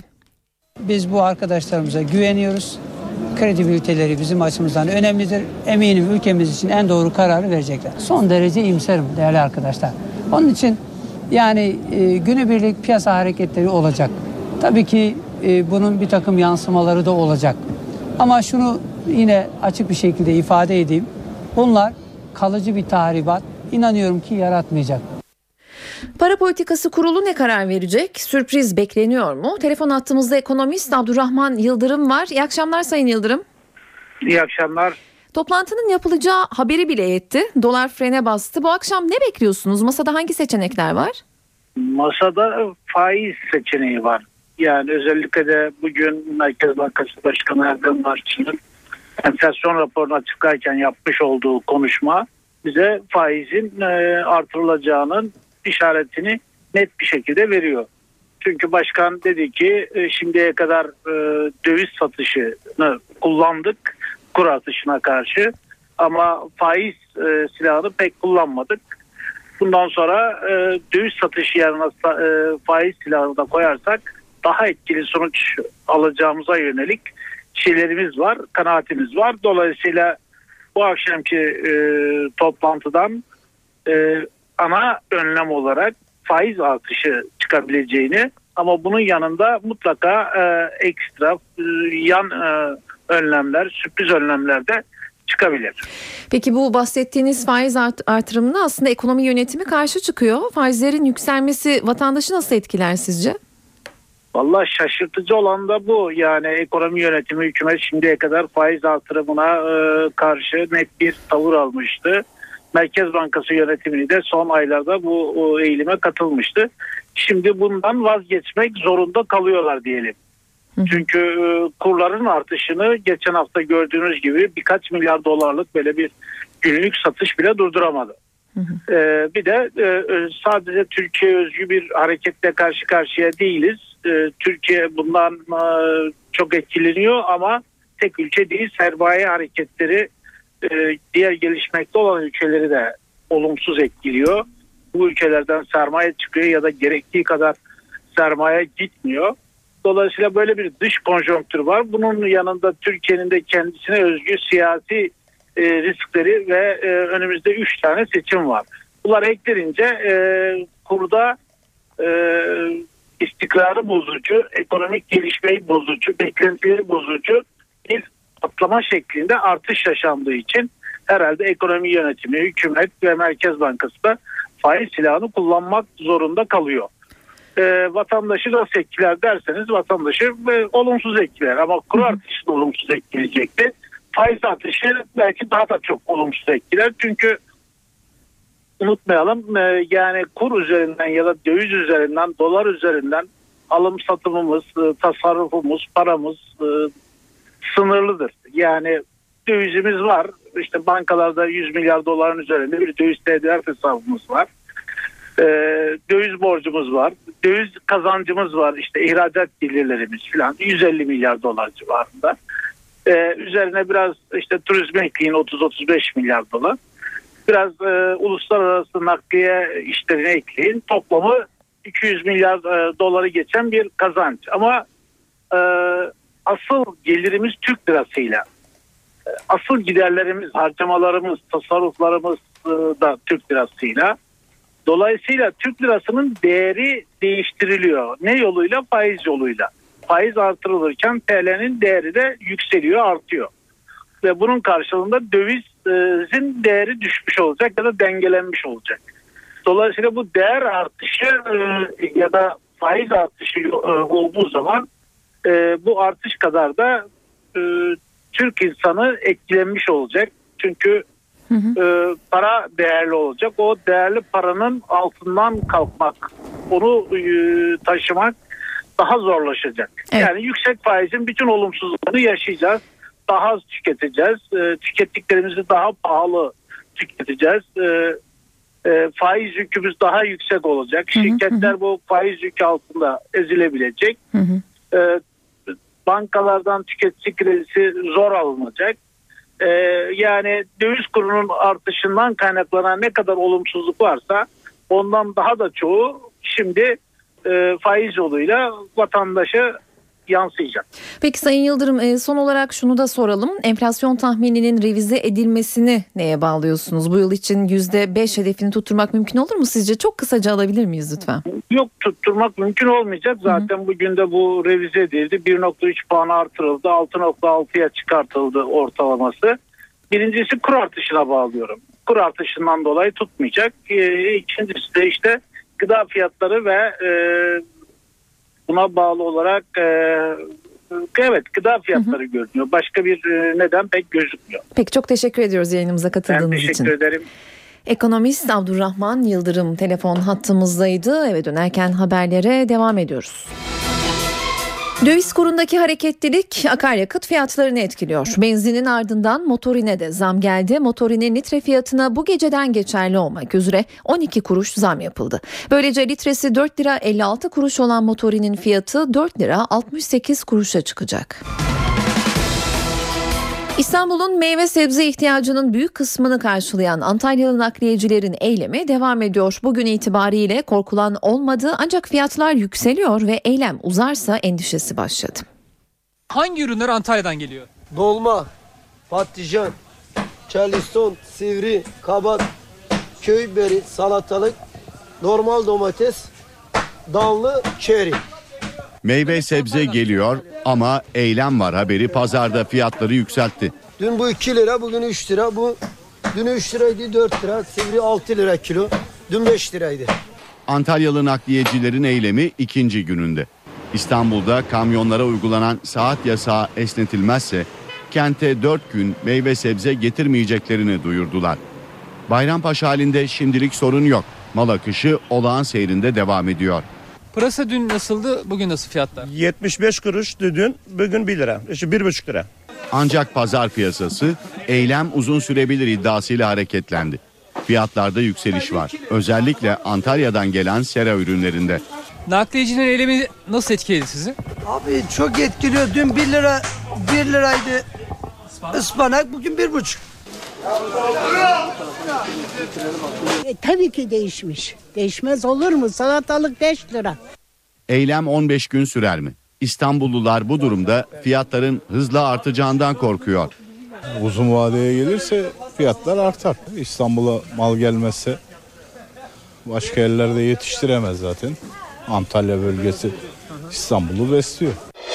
Biz bu arkadaşlarımıza güveniyoruz. Kredibiliteleri bizim açımızdan önemlidir. Eminim ülkemiz için en doğru kararı verecekler. Son derece iyimserim değerli arkadaşlar. Onun için yani e, günübirlik piyasa hareketleri olacak. Tabii ki e, bunun bir takım yansımaları da olacak. Ama şunu yine açık bir şekilde ifade edeyim. Bunlar kalıcı bir tahribat inanıyorum ki yaratmayacak. Para Politikası Kurulu ne karar verecek? Sürpriz bekleniyor mu? Telefon hattımızda ekonomist Abdurrahman Yıldırım var. İyi akşamlar Sayın Yıldırım. İyi akşamlar. Toplantının yapılacağı haberi bile yetti. Dolar frene bastı. Bu akşam ne bekliyorsunuz? Masada hangi seçenekler var? Masada faiz seçeneği var. Yani özellikle de bugün Merkez Bankası Başkanı Erdem Başçı'nın enflasyon raporunu açıklarken yapmış olduğu konuşma bize faizin artırılacağının işaretini net bir şekilde veriyor. Çünkü başkan dedi ki şimdiye kadar döviz satışını kullandık kur artışına karşı ama faiz silahını pek kullanmadık. Bundan sonra döviz satışı yerine faiz silahını da koyarsak daha etkili sonuç alacağımıza yönelik şeylerimiz var, kanaatimiz var. Dolayısıyla bu akşamki e, toplantıdan e, ana önlem olarak faiz artışı çıkabileceğini ama bunun yanında mutlaka e, ekstra e, yan e, önlemler, sürpriz önlemler de çıkabilir. Peki bu bahsettiğiniz faiz art- artırımına aslında ekonomi yönetimi karşı çıkıyor. Faizlerin yükselmesi vatandaşı nasıl etkiler sizce? Vallahi şaşırtıcı olan da bu. Yani ekonomi yönetimi, hükümet şimdiye kadar faiz artırımına e, karşı net bir tavır almıştı. Merkez Bankası yönetimini de son aylarda bu o eğilime katılmıştı. Şimdi bundan vazgeçmek zorunda kalıyorlar diyelim. Hı. Çünkü e, kurların artışını geçen hafta gördüğünüz gibi birkaç milyar dolarlık böyle bir günlük satış bile durduramadı. Hı hı. E, bir de e, sadece Türkiye özgü bir hareketle karşı karşıya değiliz. E, Türkiye bundan e, çok etkileniyor ama tek ülke değil, sermaye hareketleri e, diğer gelişmekte olan ülkeleri de olumsuz etkiliyor. Bu ülkelerden sermaye çıkıyor ya da gerektiği kadar sermaye gitmiyor. Dolayısıyla böyle bir dış konjonktür var. Bunun yanında Türkiye'nin de kendisine özgü siyasi e, riskleri ve e, önümüzde üç tane seçim var. Bunlar eklenince e, kurda e, istikrarı bozucu, ekonomik gelişmeyi bozucu, beklentileri bozucu bir patlama şeklinde artış yaşandığı için herhalde ekonomi yönetimi, hükümet ve Merkez Bankası da faiz silahını kullanmak zorunda kalıyor. E, vatandaşı nasıl etkiler derseniz vatandaşı e, olumsuz etkiler ama kur artışı da olumsuz etkileyecekti. Faiz artışı belki daha da çok olumsuz etkiler çünkü unutmayalım e, yani kur üzerinden ya da döviz üzerinden, dolar üzerinden alım satımımız, e, tasarrufumuz, paramız e, sınırlıdır. Yani dövizimiz var. İşte bankalarda yüz milyar doların üzerinde bir döviz tedilat hesabımız var. E, döviz borcumuz var. Döviz kazancımız var. İşte ihracat gelirlerimiz falan yüz elli milyar dolar civarında. E, üzerine biraz işte turizme ekleyin otuz otuz beş milyar dolar. Biraz e, uluslararası nakliye işlerine ekleyin. Toplamı iki yüz milyar e, doları geçen bir kazanç. Ama e, asıl gelirimiz Türk lirasıyla. E, asıl giderlerimiz, harcamalarımız, tasarruflarımız e, da Türk lirasıyla. Dolayısıyla Türk lirasının değeri değiştiriliyor. Ne yoluyla? Faiz yoluyla. Faiz artırılırken T L'nin değeri de yükseliyor, artıyor. Ve bunun karşılığında dövizin değeri düşmüş olacak ya da dengelenmiş olacak. Dolayısıyla bu değer artışı ya da faiz artışı olduğu zaman bu artış kadar da Türk insanı etkilenmiş olacak. Çünkü hı hı. para değerli olacak. O değerli paranın altından kalkmak, onu taşımak daha zorlaşacak. Evet. Yani yüksek faizin bütün olumsuzluklarını yaşayacağız. Daha az tüketeceğiz. E, tükettiklerimizi daha pahalı tüketeceğiz. E, e, faiz yükümüz daha yüksek olacak. Hı hı, Şirketler hı. bu faiz yükü altında ezilebilecek. Hı hı. E, bankalardan tüketici kredisi zor alınacak. E, yani döviz kurunun artışından kaynaklanan ne kadar olumsuzluk varsa ondan daha da çoğu şimdi e, faiz yoluyla vatandaşa yansıyacak. Peki Sayın Yıldırım, son olarak şunu da soralım. Enflasyon tahmininin revize edilmesini neye bağlıyorsunuz? Bu yıl için yüzde beş hedefini tutturmak mümkün olur mu sizce? Çok kısaca alabilir miyiz lütfen? Yok, tutturmak mümkün olmayacak. Zaten Hı-hı. bugün de bu revize edildi. bir nokta üç puan artırıldı. altı nokta altıya çıkartıldı ortalaması. Birincisi kur artışına bağlıyorum. Kur artışından dolayı tutmayacak. Ee, ikincisi de işte gıda fiyatları ve e, buna bağlı olarak e, evet gıda fiyatları hı hı. görünüyor. Başka bir e, neden pek gözükmüyor. Peki, çok teşekkür ediyoruz yayınımıza katıldığınız için. Ben teşekkür için. ederim. Ekonomist Abdurrahman Yıldırım telefon hattımızdaydı. Eve dönerken haberlere devam ediyoruz. Döviz kurundaki hareketlilik akaryakıt fiyatlarını etkiliyor. Benzinin ardından motorine de zam geldi. Motorinin litre fiyatına bu geceden geçerli olmak üzere on iki kuruş zam yapıldı. Böylece litresi dört lira elli altı kuruş olan motorinin fiyatı dört lira altmış sekiz kuruşa çıkacak. İstanbul'un meyve sebze ihtiyacının büyük kısmını karşılayan Antalyalı nakliyecilerin eylemi devam ediyor. Bugün itibariyle korkulan olmadı ancak fiyatlar yükseliyor ve eylem uzarsa endişesi başladı. Hangi ürünler Antalya'dan geliyor? Dolma, patlıcan, charleston, sivri, kabak, köy biberi, salatalık, normal domates, dallı, çeri. Meyve sebze geliyor ama eylem var haberi pazarda fiyatları yükseltti. Dün bu iki lira, bugün üç lira. Bu dün üç liraydı, dört lira. Sivri altı lira kilo. Dün beş liraydı. Antalyalı nakliyecilerin eylemi ikinci gününde. İstanbul'da kamyonlara uygulanan saat yasağı esnetilmezse kente dört gün meyve sebze getirmeyeceklerini duyurdular. Bayrampaşa halinde şimdilik sorun yok. Mal akışı olağan seyrinde devam ediyor. Pırasa dün nasıldı, bugün nasıl fiyatlar? yetmiş beş kuruştu dün, bugün bir lira, işte bir buçuk lira. Ancak pazar piyasası eylem uzun sürebilir iddiasıyla hareketlendi. Fiyatlarda yükseliş var. Özellikle Antalya'dan gelen sera ürünlerinde. Nakliyecilerin eylemi nasıl etkiledi sizi? Abi çok etkiliyor. Dün bir lira, bir liraydı ıspanak, bugün bir buçuk. E, tabii ki değişmiş. Değişmez olur mu? Salatalık beş lira. Eylem on beş gün sürer mi? İstanbullular bu durumda fiyatların hızla artacağından korkuyor. Uzun vadeye gelirse fiyatlar artar. İstanbul'a mal gelmezse Başka yerlerde yetiştiremez zaten. Antalya bölgesi İstanbul'u besliyor.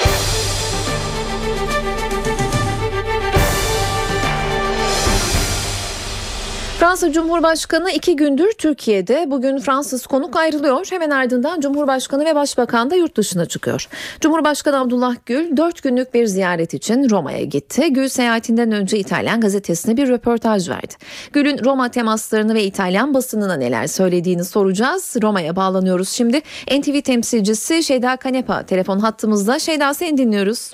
Fransa Cumhurbaşkanı iki gündür Türkiye'de. Bugün Fransız konuk ayrılıyor. Hemen ardından Cumhurbaşkanı ve Başbakan da yurt dışına çıkıyor. Cumhurbaşkanı Abdullah Gül dört günlük bir ziyaret için Roma'ya gitti. Gül seyahatinden önce İtalyan gazetesine bir röportaj verdi. Gül'ün Roma temaslarını ve İtalyan basınına neler söylediğini soracağız. Roma'ya bağlanıyoruz şimdi. N T V temsilcisi Şeyda Kanepa telefon hattımızda. Şeyda, seni dinliyoruz.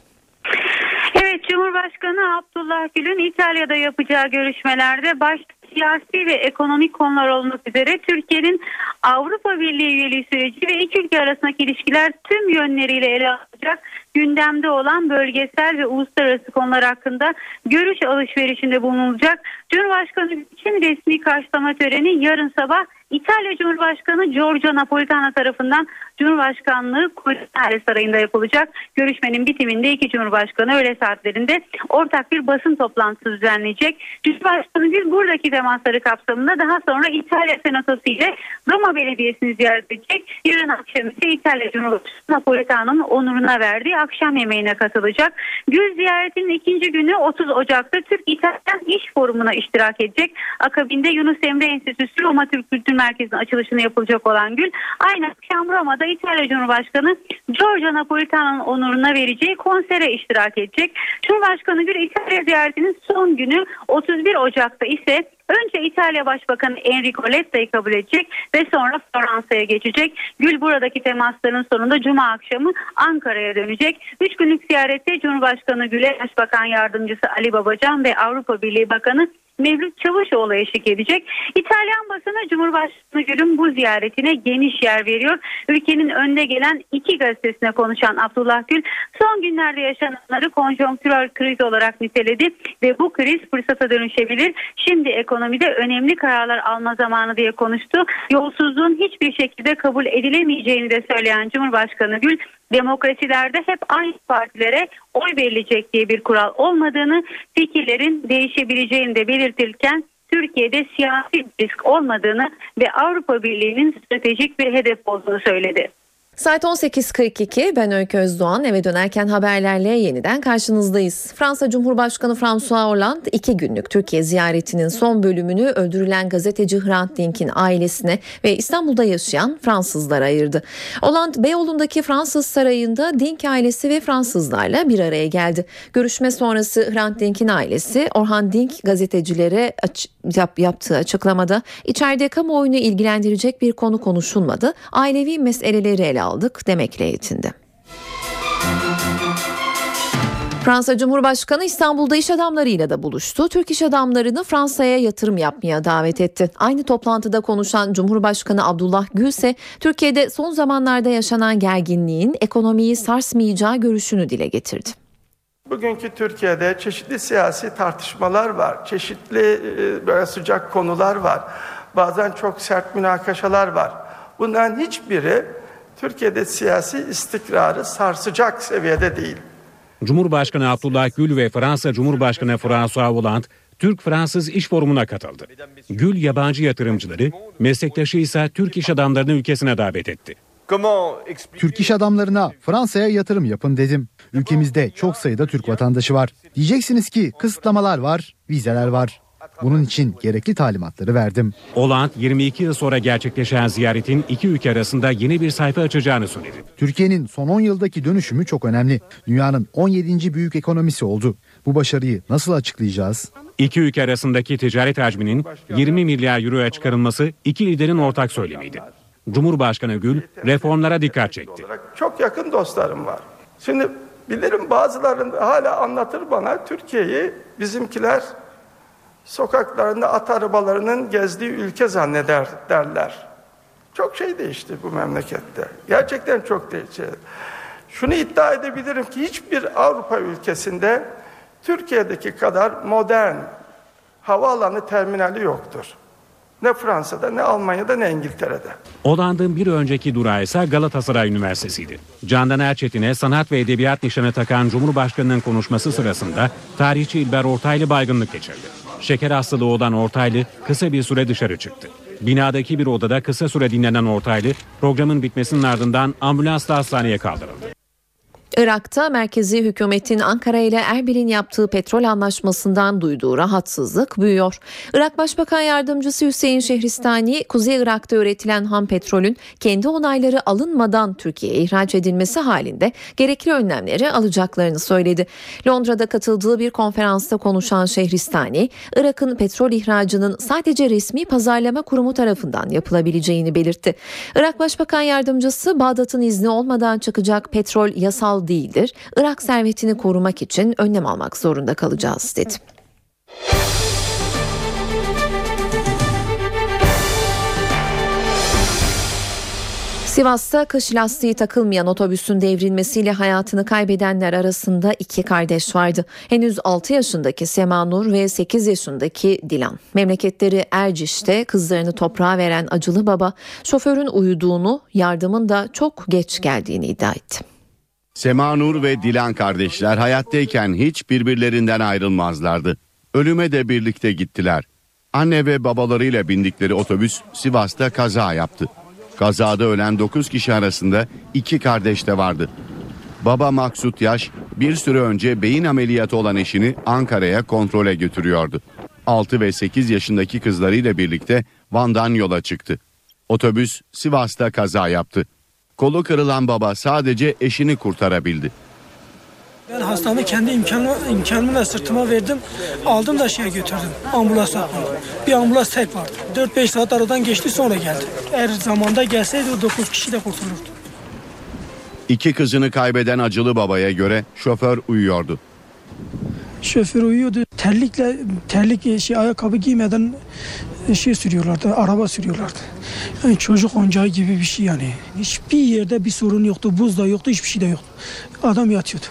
Evet, Cumhurbaşkanı Abdullah Gül'ün İtalya'da yapacağı görüşmelerde başta siyasi ve ekonomik konular olmak üzere Türkiye'nin Avrupa Birliği üyeliği süreci ve iki ülke arasındaki ilişkiler tüm yönleriyle ele alınacak gündemde olan bölgesel ve uluslararası konular hakkında görüş alışverişinde bulunulacak. Cumhurbaşkanı için resmi karşılama töreni yarın sabah İtalya Cumhurbaşkanı Giorgio Napolitano tarafından Cumhurbaşkanlığı Quirinale Sarayı'nda yapılacak. Görüşmenin bitiminde iki Cumhurbaşkanı öğle saatlerinde ortak bir basın toplantısı düzenleyecek. Cumhurbaşkanı Gül buradaki temasları kapsamında daha sonra İtalya Senatosu ile Roma Belediyesi'ni ziyaret edecek. Yarın akşam ise İtalya Cumhurbaşkanı Napolitano'nun onuruna verdiği akşam yemeğine katılacak. Gül ziyaretinin ikinci günü otuz Ocak'ta Türk-İtalyan İş Forumu'na iştirak edecek. Akabinde Yunus Emre Enstitüsü Roma Türk Kültür Merkezi'nin açılışını yapılacak olan Gül, aynı akşam Roma'da İtalya Cumhurbaşkanı Giorgio Napolitano'nun onuruna vereceği konsere iştirak edecek. Cumhurbaşkanı Gül İtalya ziyaretinin son günü otuz bir Ocak'ta ise önce İtalya Başbakanı Enrico Letta'yı kabul edecek ve sonra Fransa'ya geçecek. Gül buradaki temasların sonunda Cuma akşamı Ankara'ya dönecek. Üç günlük ziyarette Cumhurbaşkanı Gül'e Başbakan Yardımcısı Ali Babacan ve Avrupa Birliği Bakanı Mevlüt Çavuşoğlu eşlik edecek. İtalyan basını Cumhurbaşkanı Gül'ün bu ziyaretine geniş yer veriyor. Ülkenin önde gelen iki gazetesine konuşan Abdullah Gül son günlerde yaşananları konjonktürel kriz olarak niteledi ve bu kriz fırsata dönüşebilir. Şimdi ekonomide önemli kararlar alma zamanı diye konuştu. Yolsuzluğun hiçbir şekilde kabul edilemeyeceğini de söyleyen Cumhurbaşkanı Gül, demokrasilerde hep aynı partilere oy verilecek diye bir kural olmadığını, fikirlerin değişebileceğini de belirtirken Türkiye'de siyasi risk olmadığını ve Avrupa Birliği'nin stratejik bir hedef olduğunu söyledi. Saat on sekiz kırk iki, ben Öykü Özdoğan. Eve dönerken haberlerle yeniden karşınızdayız. Fransa Cumhurbaşkanı François Hollande iki günlük Türkiye ziyaretinin son bölümünü öldürülen gazeteci Hrant Dink'in ailesine ve İstanbul'da yaşayan Fransızlara ayırdı. Hollande Beyoğlu'ndaki Fransız Sarayı'nda Dink ailesi ve Fransızlarla bir araya geldi. Görüşme sonrası Hrant Dink'in ailesi Orhan Dink gazetecilere aç- yap- yaptığı açıklamada içeride kamuoyunu ilgilendirecek bir konu konuşulmadı, ailevi meseleleri ele aldık demekle yetindi. Fransa Cumhurbaşkanı İstanbul'da iş adamlarıyla da buluştu. Türk iş adamlarını Fransa'ya yatırım yapmaya davet etti. Aynı toplantıda konuşan Cumhurbaşkanı Abdullah Gül ise Türkiye'de son zamanlarda yaşanan gerginliğin ekonomiyi sarsmayacağı görüşünü dile getirdi. Bugünkü Türkiye'de çeşitli siyasi tartışmalar var, çeşitli böyle sıcak konular var, bazen çok sert münakaşalar var. Bunların hiçbiri Türkiye'de siyasi istikrarı sarsacak seviyede değil. Cumhurbaşkanı Abdullah Gül ve Fransa Cumhurbaşkanı François Hollande Türk-Fransız İş Forumu'na katıldı. Gül yabancı yatırımcıları, meslektaşı ise Türk iş adamlarını ülkesine davet etti. Türk iş adamlarına Fransa'ya yatırım yapın dedim. Ülkemizde çok sayıda Türk vatandaşı var. Diyeceksiniz ki kısıtlamalar var, vizeler var. Bunun için gerekli talimatları verdim. Hollande yirmi iki yıl sonra gerçekleşen ziyaretin iki ülke arasında yeni bir sayfa açacağını söyledi. Türkiye'nin son on yıldaki dönüşümü çok önemli. Dünyanın on yedinci büyük ekonomisi oldu. Bu başarıyı nasıl açıklayacağız? İki ülke arasındaki ticaret hacminin yirmi milyar euroya çıkarılması iki liderin ortak söylemiydi. Cumhurbaşkanı Gül reformlara dikkat çekti. Çok yakın dostlarım var. Şimdi bilirim bazıları hala anlatır bana, Türkiye'yi bizimkiler sokaklarında at arabalarının gezdiği ülke zanneder derler. Çok şey değişti bu memlekette. Gerçekten çok değişti. Şunu iddia edebilirim ki hiçbir Avrupa ülkesinde Türkiye'deki kadar modern havaalanı terminali yoktur. Ne Fransa'da, ne Almanya'da, ne İngiltere'de. Hollande'ın bir önceki durağı ise Galatasaray Üniversitesi'ydi. Candan Erçetin'e sanat ve edebiyat nişanı takan Cumhurbaşkanı'nın konuşması sırasında tarihçi İlber Ortaylı baygınlık geçirdi. Şeker hastalığı olan Ortaylı kısa bir süre dışarı çıktı. Binadaki bir odada kısa süre dinlenen Ortaylı programın bitmesinin ardından ambulansla hastaneye kaldırıldı. Irak'ta merkezi hükümetin Ankara ile Erbil'in yaptığı petrol anlaşmasından duyduğu rahatsızlık büyüyor. Irak Başbakan Yardımcısı Hüseyin Şehristani, Kuzey Irak'ta üretilen ham petrolün kendi onayları alınmadan Türkiye'ye ihraç edilmesi halinde gerekli önlemleri alacaklarını söyledi. Londra'da katıldığı bir konferansta konuşan Şehristani, Irak'ın petrol ihracının sadece resmi pazarlama kurumu tarafından yapılabileceğini belirtti. Irak Başbakan Yardımcısı, Bağdat'ın izni olmadan çıkacak petrol yasal değildir. Irak servetini korumak için önlem almak zorunda kalacağız dedi. Sivas'ta kış lastiği takılmayan otobüsün devrilmesiyle hayatını kaybedenler arasında iki kardeş vardı. Henüz altı yaşındaki Sema Nur ve sekiz yaşındaki Dilan. Memleketleri Erciş'te kızlarını toprağa veren acılı baba, şoförün uyuduğunu, yardımın da çok geç geldiğini iddia etti. Sema Nur ve Dilan kardeşler hayattayken hiç birbirlerinden ayrılmazlardı. Ölüme de birlikte gittiler. Anne ve babalarıyla bindikleri otobüs Sivas'ta kaza yaptı. Kazada ölen dokuz kişi arasında iki kardeş de vardı. Baba Maksut Yaş bir süre önce beyin ameliyatı olan eşini Ankara'ya kontrole götürüyordu. altı ve sekiz yaşındaki kızlarıyla birlikte Van'dan yola çıktı. Otobüs Sivas'ta kaza yaptı. Kolu kırılan baba sadece eşini kurtarabildi. Ben hastamı kendi imkanı, imkanımla sırtıma verdim. Aldım da şeye götürdüm. Ambulansla koydum. Bir ambulans tek vardı. dört beş saat aradan geçti, sonra geldi. Eğer zamanda gelseydi o dokuz kişi de kurtulurdu. İki kızını kaybeden acılı babaya göre şoför uyuyordu. Şoför uyuyordu. Terlikle terlik şey ayakkabı giymeden şey sürüyorlardı. Araba sürüyorlardı. Yani çocuk oyuncağı gibi bir şey yani. Hiçbir yerde bir sorun yoktu. Buz da yoktu, hiçbir şey de yoktu. Adam yatıyordu.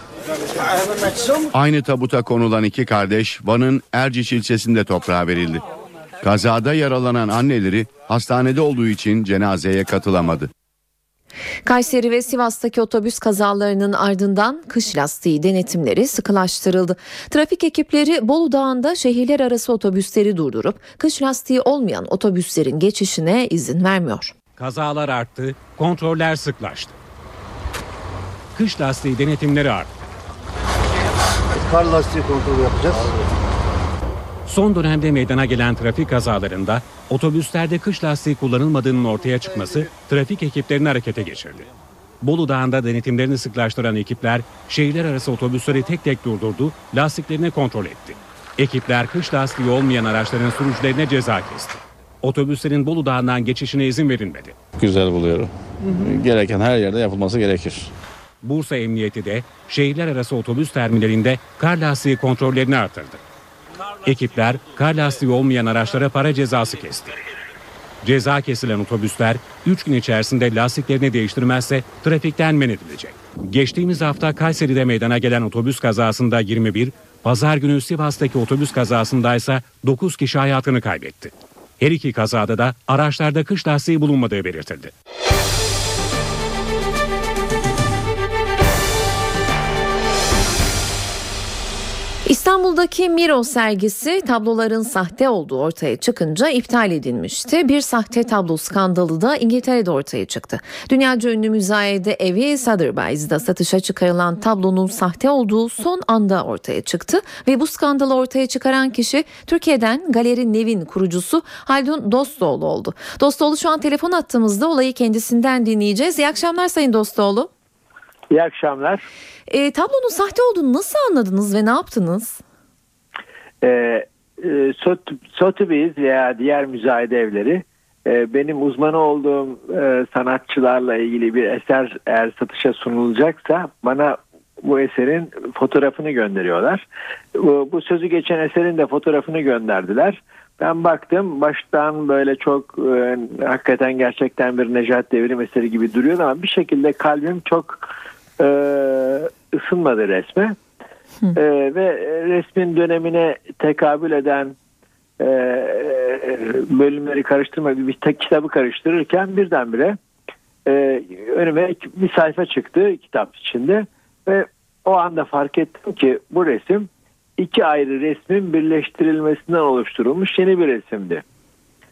Aynı tabuta konulan iki kardeş Van'ın Erciş ilçesinde toprağa verildi. Kazada yaralanan anneleri hastanede olduğu için cenazeye katılamadı. Kayseri ve Sivas'taki otobüs kazalarının ardından kış lastiği denetimleri sıkılaştırıldı. Trafik ekipleri Bolu Dağı'nda şehirler arası otobüsleri durdurup kış lastiği olmayan otobüslerin geçişine izin vermiyor. Kazalar arttı, kontroller sıklaştı. Kış lastiği denetimleri arttı. Kar lastiği kontrolü yapacağız. Son dönemde meydana gelen trafik kazalarında otobüslerde kış lastiği kullanılmadığının ortaya çıkması trafik ekiplerini harekete geçirdi. Bolu Dağı'nda denetimlerini sıklaştıran ekipler şehirler arası otobüsleri tek tek durdurdu, lastiklerini kontrol etti. Ekipler kış lastiği olmayan araçların sürücülerine ceza kesti. Otobüslerin Bolu Dağı'ndan geçişine izin verilmedi. Güzel buluyorum. Gereken her yerde yapılması gerekir. Bursa Emniyeti de şehirler arası otobüs terminalinde kar lastiği kontrollerini artırdı. Ekipler kar lastiği olmayan araçlara para cezası kesti. Ceza kesilen otobüsler üç gün içerisinde lastiklerini değiştirmezse trafikten men edilecek. Geçtiğimiz hafta Kayseri'de meydana gelen otobüs kazasında yirmi bir, pazar günü Sivas'taki otobüs kazasındaysa dokuz kişi hayatını kaybetti. Her iki kazada da araçlarda kış lastiği bulunmadığı belirtildi. İstanbul'daki Miro sergisi tabloların sahte olduğu ortaya çıkınca iptal edilmişti. Bir sahte tablo skandalı da İngiltere'de ortaya çıktı. Dünyaca ünlü müzayede evi Sotheby's'da satışa çıkarılan tablonun sahte olduğu son anda ortaya çıktı ve bu skandalı ortaya çıkaran kişi Türkiye'den Galeri Nev'in kurucusu Haldun Dostoğlu oldu. Dostoğlu şu an telefon attığımızda, olayı kendisinden dinleyeceğiz. İyi akşamlar Sayın Dostoğlu. İyi akşamlar. E, tablonun sahte olduğunu nasıl anladınız ve ne yaptınız? E, e, Sotheby's veya diğer müzayede evleri e, benim uzmanı olduğum e, sanatçılarla ilgili bir eser eğer satışa sunulacaksa bana bu eserin fotoğrafını gönderiyorlar. Bu, bu sözü geçen eserin de fotoğrafını gönderdiler. Ben baktım, baştan böyle çok e, hakikaten gerçekten bir Nejat Devrim eseri gibi duruyordu ama bir şekilde kalbim çok e, ısınmadı resme. E, ve resmin dönemine tekabül eden e, bölümleri karıştırmak, bir tek kitabı karıştırırken birdenbire e, önüme bir sayfa çıktı kitap içinde ve o anda fark ettim ki bu resim iki ayrı resmin birleştirilmesinden oluşturulmuş yeni bir resimdi.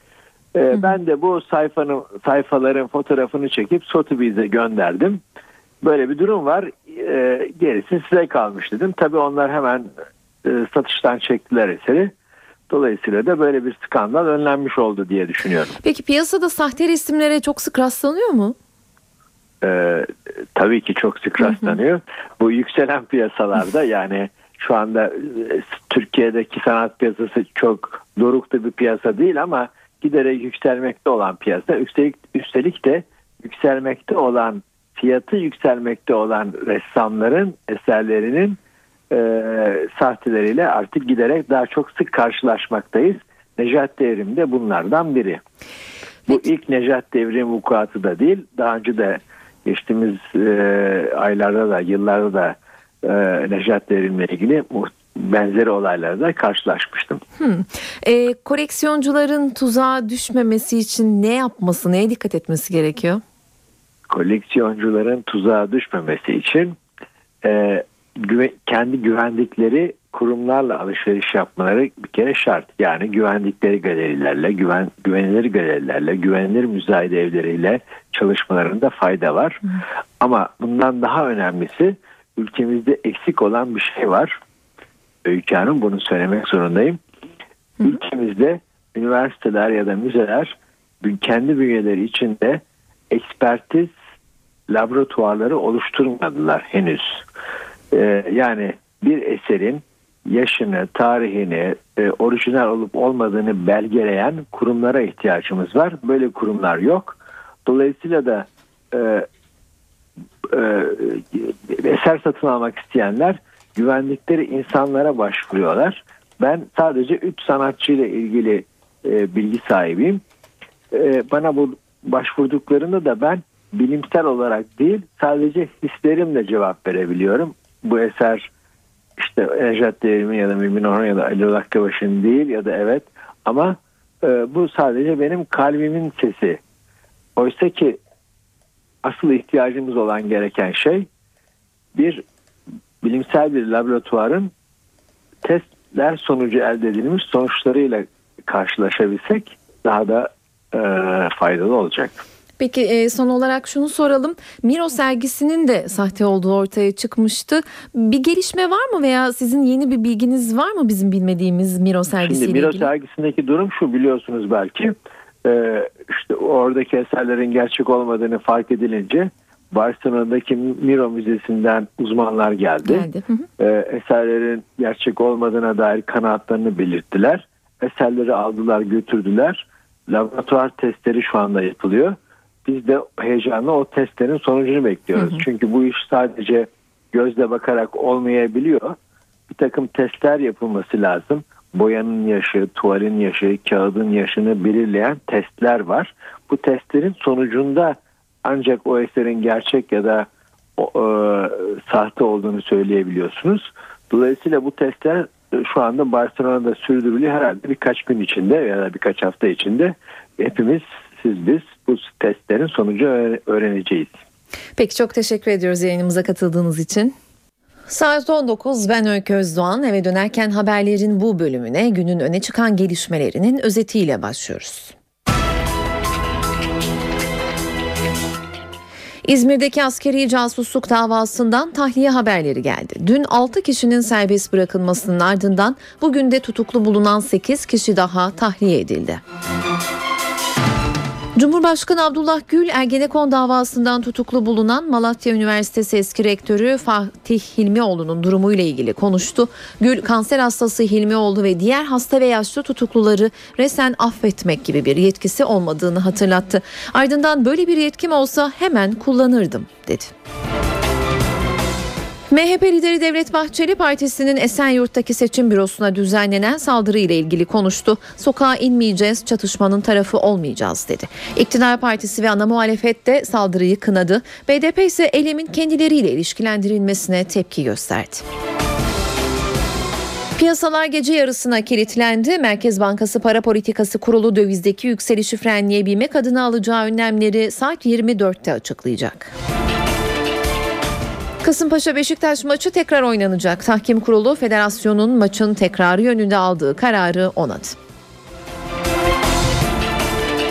Ee, ben de bu sayfanın sayfaların fotoğrafını çekip Sotheby's'e gönderdim. Böyle bir durum var. Ee, gerisi size kalmış dedim. Tabii onlar hemen e, satıştan çektiler eseri. Dolayısıyla da böyle bir skandal önlenmiş oldu diye düşünüyorum. Peki piyasada sahte resimlere çok sık rastlanıyor mu? Ee, tabii ki çok sık rastlanıyor. Bu yükselen piyasalarda, yani şu anda e, Türkiye'deki sanat piyasası çok dorukta bir piyasa değil ama giderek yükselmekte olan piyasa. Üstelik, üstelik de yükselmekte olan, fiyatı yükselmekte olan ressamların eserlerinin e, sahteleriyle artık giderek daha çok sık karşılaşmaktayız. Nejat Devrim de bunlardan biri. Bu ilk Nejat Devrim vukuatı da değil. Daha önce de geçtiğimiz e, aylarda da, yıllarda da e, Nejat Devrim'le ilgili benzeri olaylarda karşılaşmıştım. Hmm. E, koleksiyoncuların tuzağa düşmemesi için ne yapması, neye dikkat etmesi gerekiyor? Koleksiyoncuların tuzağa düşmemesi için e, güve, kendi güvendikleri kurumlarla alışveriş yapmaları bir kere şart. Yani güvendikleri galerilerle, güven, güvenilir galerilerle, güvenilir müzayede evleriyle çalışmalarında fayda var. Hmm. Ama bundan daha önemlisi, ülkemizde eksik olan bir şey var. Öykü Hanım, bunu söylemek zorundayım. Hı. Ülkemizde üniversiteler ya da müzeler kendi bünyeleri içinde ekspertiz laboratuvarları oluşturmadılar henüz. Ee, yani bir eserin yaşını, tarihini, e, orijinal olup olmadığını belgeleyen kurumlara ihtiyacımız var. Böyle kurumlar yok. Dolayısıyla da e, e, eser satın almak isteyenler güvendikleri insanlara başvuruyorlar. Ben sadece üç sanatçıyla ilgili e, bilgi sahibiyim. E, bana bu başvurduklarını da ben bilimsel olarak değil, sadece hislerimle cevap verebiliyorum. Bu eser işte Nejat Devrim'in ya da Mümin Orhan ya da Ali Akbaş'ın değil ya da evet, ama e, bu sadece benim kalbimin sesi. Oysa ki asıl ihtiyacımız olan gereken şey bir bilimsel bir laboratuvarın testler sonucu elde edilmiş sonuçlarıyla karşılaşabilsek daha da e, faydalı olacak. Peki e, son olarak şunu soralım. Miro sergisinin de sahte olduğu ortaya çıkmıştı. Bir gelişme var mı veya sizin yeni bir bilginiz var mı bizim bilmediğimiz Miro sergisiyle ilgili? Şimdi Miro ilgili? sergisindeki durum şu, biliyorsunuz belki. E, işte oradaki eserlerin gerçek olmadığını fark edilince Barcelona'daki Miro Müzesi'nden uzmanlar geldi. geldi. Hı hı. E, eserlerin gerçek olmadığına dair kanaatlarını belirttiler. Eserleri aldılar, götürdüler. Laboratuvar testleri şu anda yapılıyor. Biz de heyecanla o testlerin sonucunu bekliyoruz. Hı hı. Çünkü bu iş sadece gözle bakarak olmayabiliyor. Bir takım testler yapılması lazım. Boyanın yaşı, tuvalin yaşı, kağıdın yaşını belirleyen testler var. Bu testlerin sonucunda ancak o eserin gerçek ya da o, e, sahte olduğunu söyleyebiliyorsunuz. Dolayısıyla bu testler şu anda Barcelona'da sürdürülüyor. Herhalde birkaç gün içinde ya da birkaç hafta içinde hepimiz, siz biz bu testlerin sonucu öğreneceğiz. Peki, çok teşekkür ediyoruz yayınımıza katıldığınız için. Saat on dokuz, ben Öykü Özdoğan. Eve dönerken haberlerin bu bölümüne günün öne çıkan gelişmelerinin özetiyle başlıyoruz. İzmir'deki askeri casusluk davasından tahliye haberleri geldi. Dün altı kişinin serbest bırakılmasının ardından bugün de tutuklu bulunan sekiz kişi daha tahliye edildi. Cumhurbaşkanı Abdullah Gül, Ergenekon davasından tutuklu bulunan Malatya Üniversitesi eski rektörü Fatih Hilmioğlu'nun durumuyla ilgili konuştu. Gül, kanser hastası Hilmioğlu ve diğer hasta ve yaşlı tutukluları resen affetmek gibi bir yetkisi olmadığını hatırlattı. Ardından böyle bir yetkim olsa hemen kullanırdım dedi. M H P lideri Devlet Bahçeli, partisinin Esenyurt'taki seçim bürosuna düzenlenen saldırı ile ilgili konuştu. Sokağa inmeyeceğiz, çatışmanın tarafı olmayacağız dedi. İktidar Partisi ve ana muhalefet de saldırıyı kınadı. B D P ise eylemin kendileriyle ilişkilendirilmesine tepki gösterdi. Piyasalar gece yarısına kilitlendi. Merkez Bankası Para Politikası Kurulu dövizdeki yükselişi frenleyebilmek adına alacağı önlemleri saat yirmi dörtte açıklayacak. Kasımpaşa Beşiktaş maçı tekrar oynanacak. Tahkim Kurulu federasyonun maçın tekrarı yönünde aldığı kararı onadı.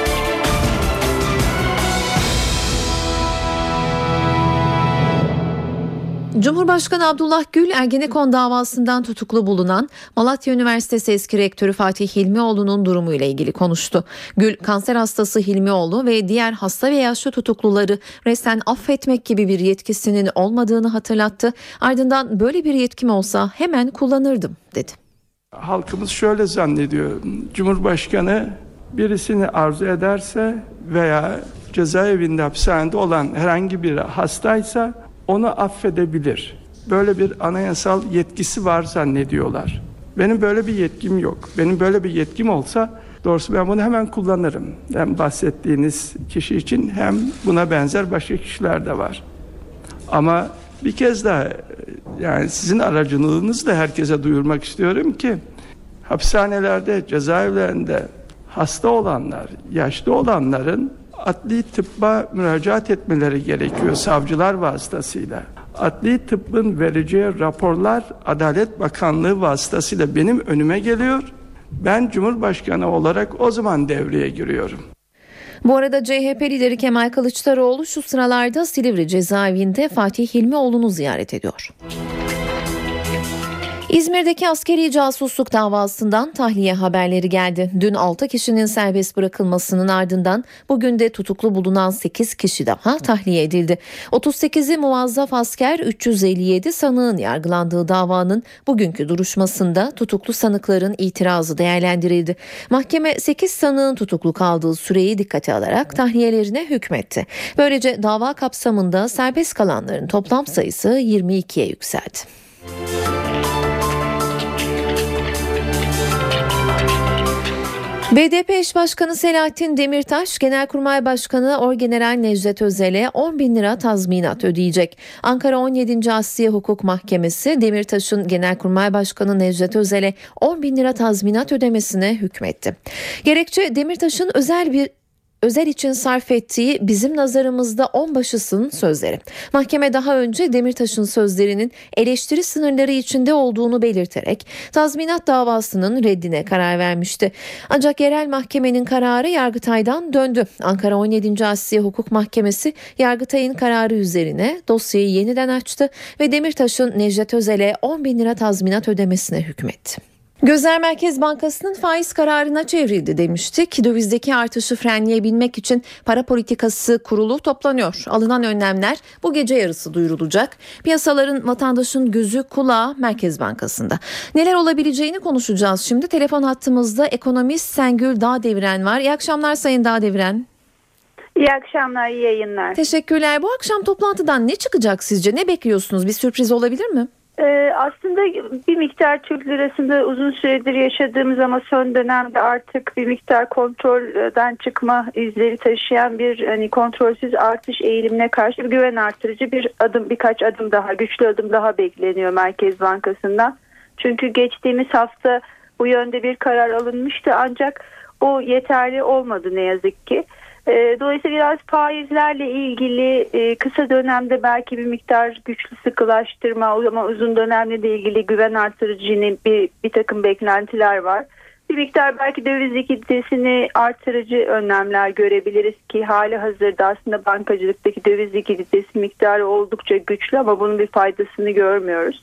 Cumhurbaşkanı Abdullah Gül, Ergenekon davasından tutuklu bulunan Malatya Üniversitesi eski rektörü Fatih Hilmioğlu'nun durumuyla ilgili konuştu. Gül, kanser hastası Hilmioğlu ve diğer hasta ve yaşlı tutukluları resmen affetmek gibi bir yetkisinin olmadığını hatırlattı. Ardından böyle bir yetkim olsa hemen kullanırdım dedi. Halkımız şöyle zannediyor. Cumhurbaşkanı birisini arzu ederse veya cezaevinde, hapishanede olan herhangi bir hastaysa onu affedebilir. Böyle bir anayasal yetkisi var zannediyorlar. Benim böyle bir yetkim yok. Benim böyle bir yetkim olsa doğrusu ben bunu hemen kullanırım. Hem bahsettiğiniz kişi için hem buna benzer başka kişiler de var. Ama bir kez daha yani sizin aracılığınızla herkese duyurmak istiyorum ki hapishanelerde, cezaevlerinde hasta olanlar, yaşlı olanların adli tıbba müracaat etmeleri gerekiyor savcılar vasıtasıyla. Adli tıbbın vereceği raporlar Adalet Bakanlığı vasıtasıyla benim önüme geliyor. Ben Cumhurbaşkanı olarak o zaman devreye giriyorum. Bu arada C H P lideri Kemal Kılıçdaroğlu şu sıralarda Silivri cezaevinde Fatih Hilmioğlu'nu ziyaret ediyor. İzmir'deki askeri casusluk davasından tahliye haberleri geldi. Dün altı kişinin serbest bırakılmasının ardından bugün de tutuklu bulunan sekiz kişi daha tahliye edildi. otuz sekizi muvazzaf asker, üç yüz elli yedi sanığın yargılandığı davanın bugünkü duruşmasında tutuklu sanıkların itirazı değerlendirildi. Mahkeme sekiz sanığın tutuklu kaldığı süreyi dikkate alarak tahliyelerine hükmetti. Böylece dava kapsamında serbest kalanların toplam sayısı yirmi ikiye yükseldi. B D P eş başkanı Selahattin Demirtaş, Genelkurmay Başkanı Orgeneral Necdet Özel'e on bin lira tazminat ödeyecek. Ankara on yedinci Asliye Hukuk Mahkemesi, Demirtaş'ın Genelkurmay Başkanı Necdet Özel'e on bin lira tazminat ödemesine hükmetti. Gerekçe, Demirtaş'ın özel bir Özel için sarf ettiği "bizim nazarımızda onbaşısın" sözleri. Mahkeme daha önce Demirtaş'ın sözlerinin eleştiri sınırları içinde olduğunu belirterek tazminat davasının reddine karar vermişti. Ancak yerel mahkemenin kararı Yargıtay'dan döndü. Ankara on yedinci Asliye Hukuk Mahkemesi Yargıtay'ın kararı üzerine dosyayı yeniden açtı ve Demirtaş'ın Necdet Özel'e on bin lira tazminat ödemesine hükmetti. Gözler Merkez Bankası'nın faiz kararına çevrildi demiştik. Dövizdeki artışı frenleyebilmek için Para Politikası Kurulu toplanıyor. Alınan önlemler bu gece yarısı duyurulacak. Piyasaların, vatandaşın gözü kulağı Merkez Bankası'nda. Neler olabileceğini konuşacağız şimdi. Telefon hattımızda ekonomist Sengül Dağdeviren var. İyi akşamlar Sayın Dağdeviren. İyi akşamlar, iyi yayınlar. Teşekkürler. Bu akşam toplantıdan ne çıkacak sizce? Ne bekliyorsunuz? Bir sürpriz olabilir mi? Ee, aslında bir miktar Türk lirasında uzun süredir yaşadığımız ama son dönemde artık bir miktar kontrolden çıkma izleri taşıyan bir hani kontrolsüz artış eğilimine karşı bir güven artırıcı bir adım, birkaç adım daha, güçlü adım daha bekleniyor Merkez Bankası'ndan. Çünkü geçtiğimiz hafta bu yönde bir karar alınmıştı ancak o yeterli olmadı ne yazık ki. Dolayısıyla biraz faizlerle ilgili kısa dönemde belki bir miktar güçlü sıkılaştırma ama uzun dönemde de ilgili güven artırıcı bir, bir takım beklentiler var. Bir miktar belki döviz likiditesini artırıcı önlemler görebiliriz ki hali hazırda aslında bankacılıktaki döviz likiditesi miktarı oldukça güçlü ama bunun bir faydasını görmüyoruz.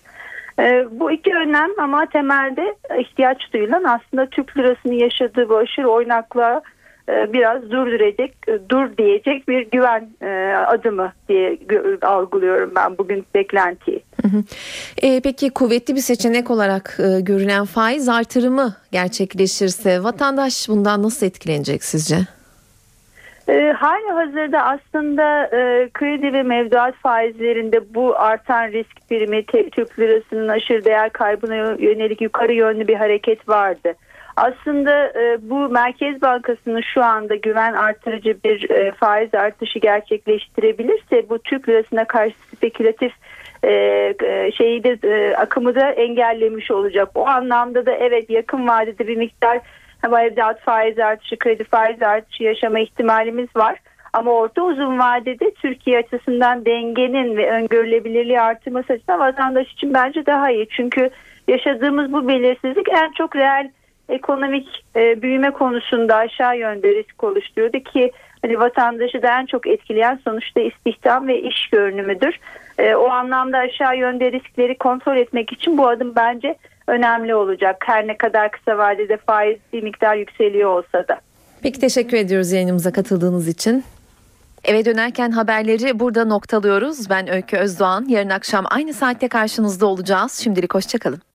Bu iki önlem ama temelde ihtiyaç duyulan aslında Türk lirasının yaşadığı bu aşırı oynaklığa biraz durduracak, dur diyecek bir güven adımı diye algılıyorum ben bugün beklentiyi. Hı hı. E, peki kuvvetli bir seçenek olarak e, görülen faiz artırımı gerçekleşirse vatandaş bundan nasıl etkilenecek sizce? E, hali hazırda aslında e, kredi ve mevduat faizlerinde bu artan risk primi te, Türk lirasının aşırı değer kaybına yönelik yukarı yönlü bir hareket vardı. Aslında e, bu Merkez Bankası'nın şu anda güven artırıcı bir e, faiz artışı gerçekleştirebilirse bu Türk lirasına karşı spekülatif e, e, şeyi de e, akımı da engellemiş olacak. O anlamda da evet yakın vadede bir miktar mevduat faiz artışı, kredi faiz artışı yaşama ihtimalimiz var. Ama orta uzun vadede Türkiye açısından dengenin ve öngörülebilirliği artırması açısından vatandaş için bence daha iyi. Çünkü yaşadığımız bu belirsizlik en çok reel ekonomik e, büyüme konusunda aşağı yönde risk oluşturuyordu ki hani vatandaşı da en çok etkileyen sonuçta istihdam ve iş görünümüdür. E, o anlamda aşağı yönde riskleri kontrol etmek için bu adım bence önemli olacak. Her ne kadar kısa vadede faiz bir miktar yükseliyor olsa da. Peki, teşekkür ediyoruz yayınımıza katıldığınız için. Eve dönerken haberleri burada noktalıyoruz. Ben Öykü Özdoğan. Yarın akşam aynı saatte karşınızda olacağız. Şimdilik hoşça kalın.